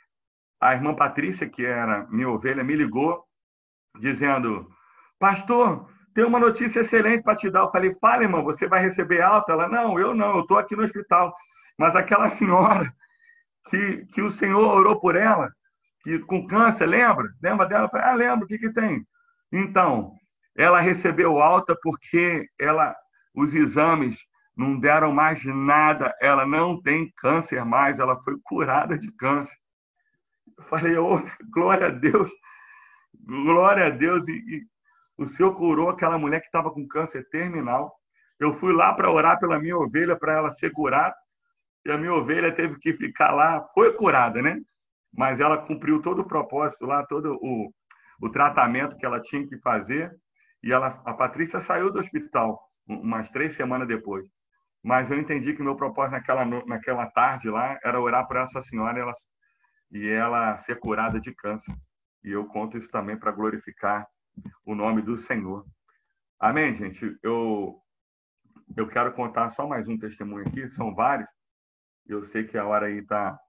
a irmã Patrícia, que era minha ovelha, me ligou, dizendo, pastor, tem uma notícia excelente para te dar. Eu falei, fala, irmã, você vai receber alta? Ela, não, eu não, eu estou aqui no hospital. Mas aquela senhora que, que o Senhor orou por ela, que com câncer, lembra? Lembra dela? Eu falei, ah, lembro, o que que tem? Então, ela recebeu alta porque ela, os exames não deram mais nada, ela não tem câncer mais, ela foi curada de câncer. Eu falei, oh, glória a Deus, glória a Deus, e, e o Senhor curou aquela mulher que estava com câncer terminal. Eu fui lá para orar pela minha ovelha, para ela ser curada, e a minha ovelha teve que ficar lá, foi curada, né? Mas ela cumpriu todo o propósito lá, todo o, o tratamento que ela tinha que fazer, e ela, a Patrícia saiu do hospital umas três semanas depois. Mas eu entendi que o meu propósito naquela, naquela tarde lá era orar por essa senhora e ela, e ela ser curada de câncer. E eu conto isso também para glorificar o nome do Senhor. Amém, gente? Eu, eu quero contar só mais um testemunho aqui, são vários. Eu sei que a hora aí está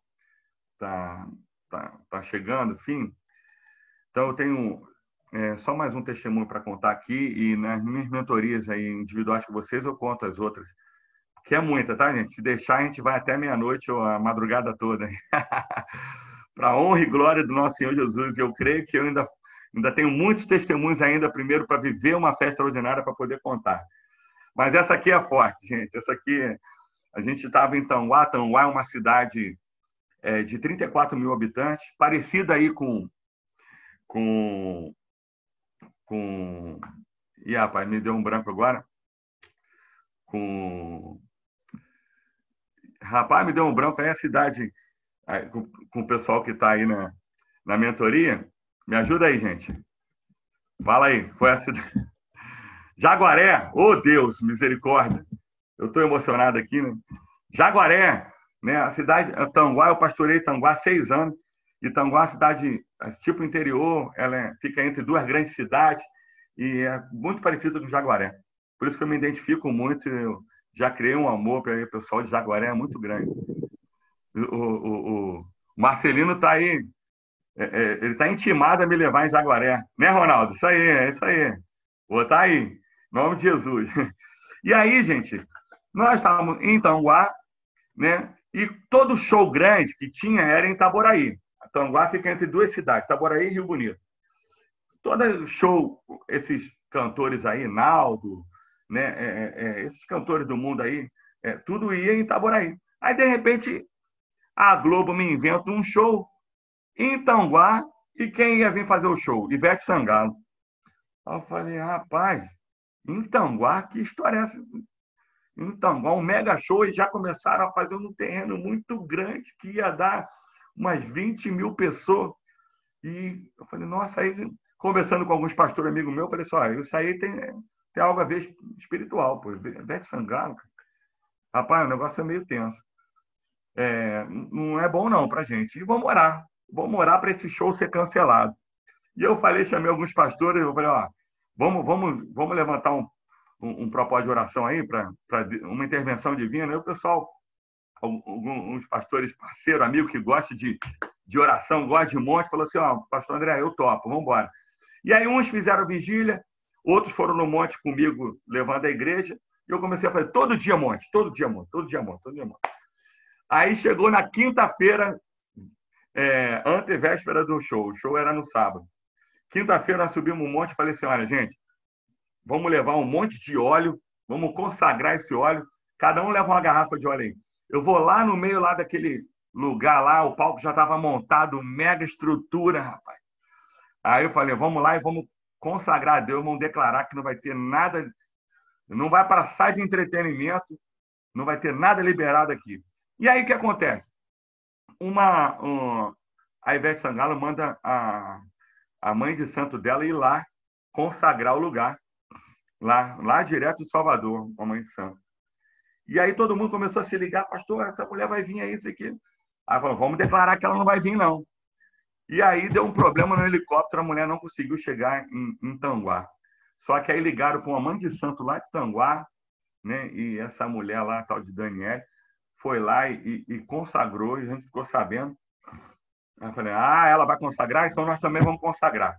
tá, tá, tá chegando, fim. Então, eu tenho é, só mais um testemunho para contar aqui, e nas minhas mentorias aí individuais com vocês, eu conto as outras. Que é muita, tá, gente? Se deixar, a gente vai até meia-noite ou a madrugada toda. Para a honra e glória do nosso Senhor Jesus. Eu creio que eu ainda, ainda tenho muitos testemunhos ainda, primeiro, para viver uma festa extraordinária para poder contar. Mas essa aqui é forte, gente. Essa aqui, a gente estava em Tanguá. Tanguá é uma cidade é, de trinta e quatro mil habitantes, parecida aí com... com, com... Ih, rapaz, me deu um branco agora. Com... Rapaz, me deu um branco aí a cidade, com, com o pessoal que está aí na, na mentoria. Me ajuda aí, gente. Fala aí. Foi a cidade... Jaguaré. Oh, Deus, misericórdia. Eu estou emocionado aqui, né? Jaguaré, né? A cidade, Tanguá, eu pastorei Tanguá há seis anos. E Tanguá é uma cidade tipo interior, ela é, fica entre duas grandes cidades e é muito parecida com Jaguaré. Por isso que eu me identifico muito, eu já criei um amor para o pessoal de Jaguaré, é muito grande. O, o, o Marcelino está aí, é, é, ele está intimado a me levar em Jaguaré. Né, Ronaldo? Isso aí, é isso aí. Vou estar aí. Em nome de Jesus. E aí, gente, nós estávamos em Itanguá, né? E todo show grande que tinha era em Itaboraí. Itanguá fica entre duas cidades, Itaboraí e Rio Bonito. Todo show, esses cantores aí, Naldo, né? É, é, esses cantores do mundo aí, é, tudo ia em Itaboraí. Aí, de repente, a Globo me inventa um show em Itanguá e quem ia vir fazer o show? Ivete Sangalo. Aí eu falei, rapaz, em Itanguá, que história é essa? Em Itanguá, um mega show, e já começaram a fazer um terreno muito grande que ia dar umas vinte mil pessoas. E eu falei, nossa, aí conversando com alguns pastores amigos meus, eu falei assim, olha, isso aí tem, tem algo a ver espiritual, pô. Ivete Sangalo, rapaz, o negócio é meio tenso. É, não é bom não pra gente. E vamos orar. Vamos orar para esse show ser cancelado. E eu falei, chamei alguns pastores, eu falei, ó, vamos, vamos, vamos levantar um, um, um propósito de oração aí para uma intervenção divina. Aí o pessoal, alguns pastores parceiros, amigos que gostam de, de oração, gostam de monte, falou assim, ó, pastor André, eu topo, vamos embora. E aí uns fizeram vigília, outros foram no monte comigo, levando a igreja, e eu comecei a fazer todo dia monte, todo dia monte, todo dia monte, todo dia monte. Aí chegou na quinta-feira, é, antevéspera do show. O show era no sábado. Quinta-feira nós subimos um monte e falei assim, olha, gente, vamos levar um monte de óleo, vamos consagrar esse óleo, cada um leva uma garrafa de óleo aí. Eu vou lá no meio lá daquele lugar lá, o palco já estava montado, mega estrutura, rapaz. Aí eu falei, vamos lá e vamos consagrar a Deus, vamos declarar que não vai ter nada, não vai passar de entretenimento, não vai ter nada liberado aqui. E aí o que acontece? Uma, um, a Ivete Sangalo manda a, a mãe de santo dela ir lá consagrar o lugar, lá, lá direto de Salvador, a mãe de santo. E aí todo mundo começou a se ligar, pastor, essa mulher vai vir aí, isso aqui. Aí falou, vamos declarar que ela não vai vir, não. E aí deu um problema no helicóptero, a mulher não conseguiu chegar em, em Itanguá. Só que aí ligaram para uma mãe de santo lá de Itanguá, né? E essa mulher lá, tal de Daniele, foi lá e, e consagrou, e a gente ficou sabendo. Aí eu falei, ah, ela vai consagrar? Então nós também vamos consagrar.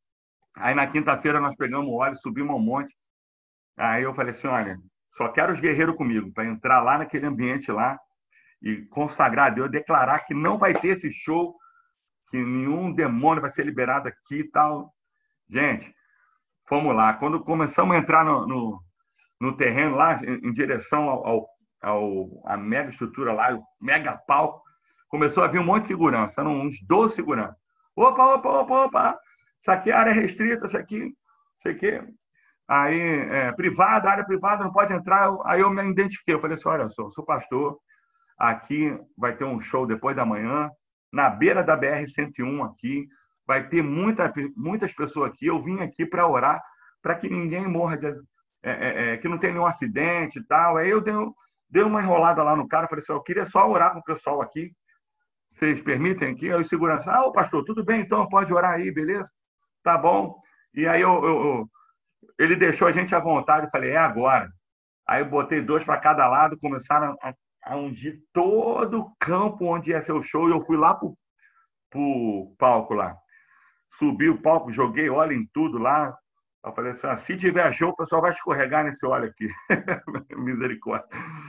Aí na quinta-feira nós pegamos o óleo, subimos um monte. Aí eu falei assim, olha, só quero os guerreiros comigo, para entrar lá naquele ambiente lá e consagrar a Deus, declarar que não vai ter esse show, que nenhum demônio vai ser liberado aqui e tal. Gente, fomos lá. Quando começamos a entrar no, no, no terreno lá, em, em direção ao, ao Ao, a mega estrutura lá, o mega palco, começou a vir um monte de segurança, eram uns doze seguranças. Opa, opa, opa, opa, isso aqui é área restrita, isso aqui, isso aqui. Aí, é, privada, área privada, não pode entrar. Aí eu me identifiquei, eu falei assim, olha, eu sou, sou pastor, aqui vai ter um show depois da manhã, na beira da B R cento e um aqui, vai ter muita, muitas pessoas aqui, eu vim aqui para orar, para que ninguém morra, de, é, é, é, que não tenha nenhum acidente e tal. Aí eu dei Deu uma enrolada lá no cara, falei assim, eu queria só orar com o pessoal aqui. Vocês permitem aqui? Aí o segurança, ah, ô pastor, tudo bem, então pode orar aí, beleza? Tá bom. E aí eu, eu, eu, ele deixou a gente à vontade, eu falei, é agora. Aí eu botei dois para cada lado, começaram a, a ungir todo o campo onde ia ser o show, e eu fui lá pro, pro palco lá. Subi o palco, joguei óleo em tudo lá. Eu falei assim, ah, se tiver show, o pessoal vai escorregar nesse óleo aqui. Misericórdia.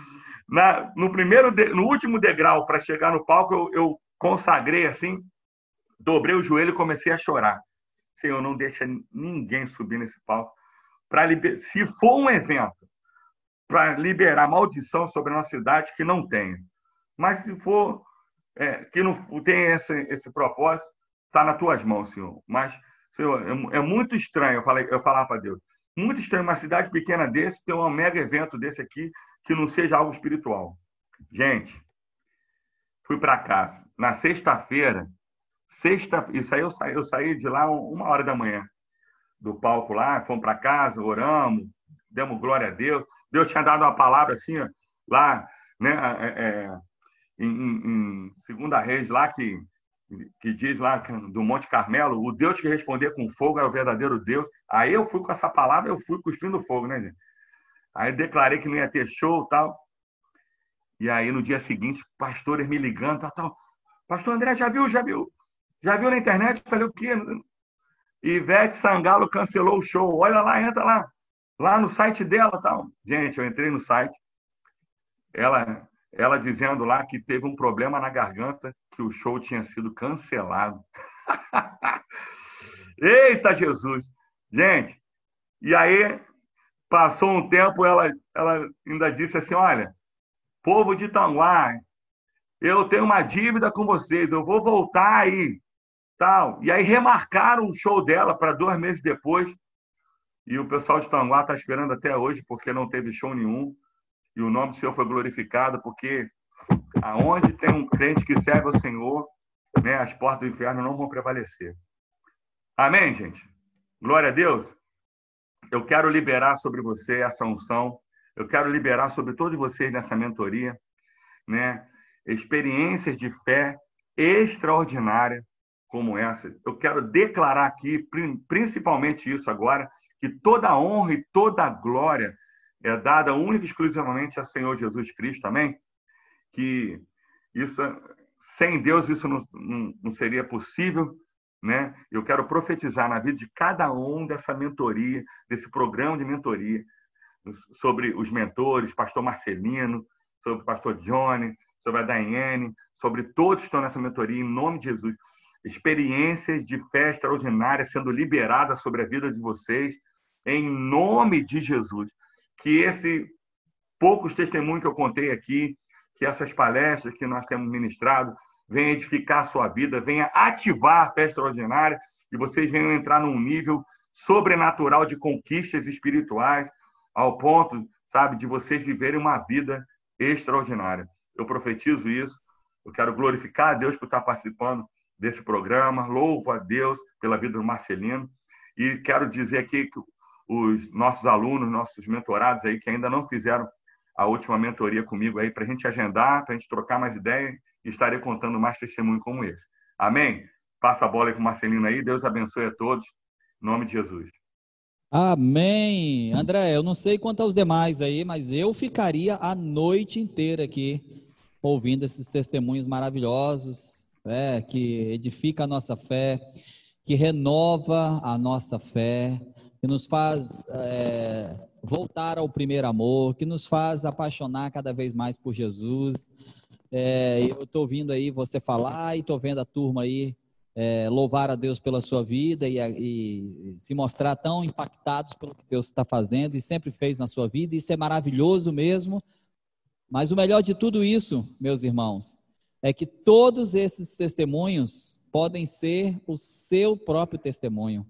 Na, no, primeiro de, no último degrau, para chegar no palco, eu, eu consagrei assim, dobrei o joelho e comecei a chorar. Senhor, não deixa ninguém subir nesse palco. Pra liber... Se for um evento para liberar maldição sobre a nossa cidade, que não tenha. Mas se for é, que não tem esse, esse propósito, está nas tuas mãos, Senhor. Mas Senhor, é muito estranho, eu, falei, eu falar para Deus, muito estranho uma cidade pequena desse ter um mega evento desse aqui que não seja algo espiritual. Gente, fui para casa. Na sexta-feira, sexta, isso aí eu saí, eu saí de lá uma hora da manhã, do palco lá, fomos para casa, oramos, demos glória a Deus. Deus tinha dado uma palavra assim, ó, lá, né, é, é, em, em Segunda Reis, lá que que diz lá do Monte Carmelo, o Deus que responder com fogo é o verdadeiro Deus. Aí eu fui com essa palavra, eu fui cuspindo fogo, né, gente? Aí declarei que não ia ter show e tal. E aí, no dia seguinte, pastores me ligando, tal, tal. Pastor André, já viu, já viu? Já viu na internet? Eu falei, o quê? Ivete Sangalo cancelou o show. Olha lá, entra lá. Lá no site dela, tal. Gente, eu entrei no site. Ela, ela dizendo lá que teve um problema na garganta, que o show tinha sido cancelado. Eita, Jesus! Gente, e aí, passou um tempo, ela, ela ainda disse assim, olha, povo de Tanguá, eu tenho uma dívida com vocês, eu vou voltar aí. Tal. E aí remarcaram o show dela para dois meses depois. E o pessoal de Tanguá está esperando até hoje, porque não teve show nenhum. E o nome do Senhor foi glorificado, porque aonde tem um crente que serve ao Senhor, né, as portas do inferno não vão prevalecer. Amém, gente? Glória a Deus. Eu quero liberar sobre você essa unção. Eu quero liberar sobre todos vocês nessa mentoria, né, experiências de fé extraordinárias como essa. Eu quero declarar aqui, principalmente isso agora, que toda a honra e toda a glória é dada única e exclusivamente ao Senhor Jesus Cristo, amém? Que isso, sem Deus isso não, não, não seria possível, né? Eu quero profetizar na vida de cada um dessa mentoria, desse programa de mentoria, sobre os mentores, pastor Marcelino, sobre o pastor Johnny, sobre a Daiane, sobre todos que estão nessa mentoria, em nome de Jesus. Experiências de fé extraordinária sendo liberadas sobre a vida de vocês, em nome de Jesus. Que esse poucos testemunhos que eu contei aqui, que essas palestras que nós temos ministrado, venham edificar a sua vida, venha ativar a fé extraordinária e vocês venham entrar num nível sobrenatural de conquistas espirituais, ao ponto, sabe, de vocês viverem uma vida extraordinária. Eu profetizo isso, eu quero glorificar a Deus por estar participando desse programa, louvo a Deus pela vida do Marcelino, e quero dizer aqui que os nossos alunos, nossos mentorados aí, que ainda não fizeram a última mentoria comigo aí, para a gente agendar, para a gente trocar mais ideias, e estarei contando mais testemunho como esse. Amém? Passa a bola aí com o Marcelino aí, Deus abençoe a todos, em nome de Jesus. Amém. André, eu não sei quanto aos demais aí, mas eu ficaria a noite inteira aqui, ouvindo esses testemunhos maravilhosos, é, que edifica a nossa fé, que renova a nossa fé, que nos faz é, voltar ao primeiro amor, que nos faz apaixonar cada vez mais por Jesus. É, eu estou ouvindo aí você falar e estou vendo a turma aí é, louvar a Deus pela sua vida e, e se mostrar tão impactados pelo que Deus está fazendo e sempre fez na sua vida. Isso é maravilhoso mesmo. Mas o melhor de tudo isso, meus irmãos, é que todos esses testemunhos podem ser o seu próprio testemunho.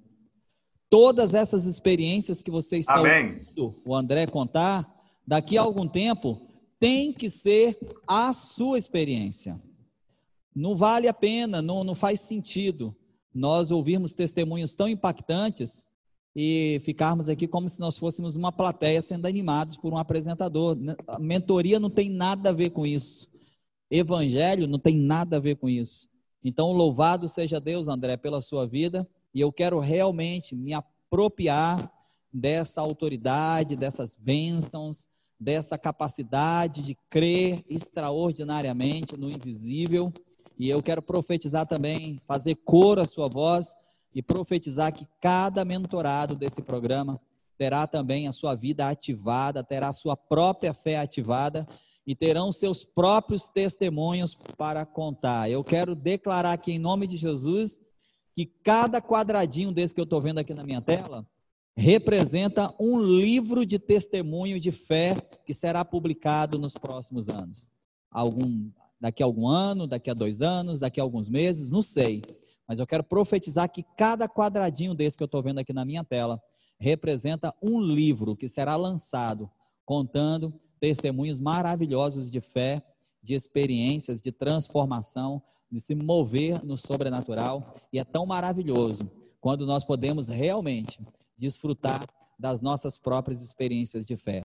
Todas essas experiências que você está Amém. ouvindo o André contar, daqui a algum tempo, tem que ser a sua experiência. Não vale a pena, não, não faz sentido nós ouvirmos testemunhos tão impactantes e ficarmos aqui como se nós fôssemos uma plateia sendo animados por um apresentador. A mentoria não tem nada a ver com isso. Evangelho não tem nada a ver com isso. Então, louvado seja Deus, André, pela sua vida, e eu quero realmente me apropriar dessa autoridade, dessas bênçãos, dessa capacidade de crer extraordinariamente no invisível, e eu quero profetizar também, fazer coro à sua voz, e profetizar que cada mentorado desse programa terá também a sua vida ativada, terá a sua própria fé ativada, e terão seus próprios testemunhos para contar. Eu quero declarar aqui em nome de Jesus, que cada quadradinho desse que eu estou vendo aqui na minha tela, representa um livro de testemunho de fé que será publicado nos próximos anos. Algum, daqui a algum ano, daqui a dois anos, daqui a alguns meses, não sei. Mas eu quero profetizar que cada quadradinho desse que eu estou vendo aqui na minha tela representa um livro que será lançado contando testemunhos maravilhosos de fé, de experiências, de transformação, de se mover no sobrenatural. E é tão maravilhoso quando nós podemos realmente desfrutar das nossas próprias experiências de fé.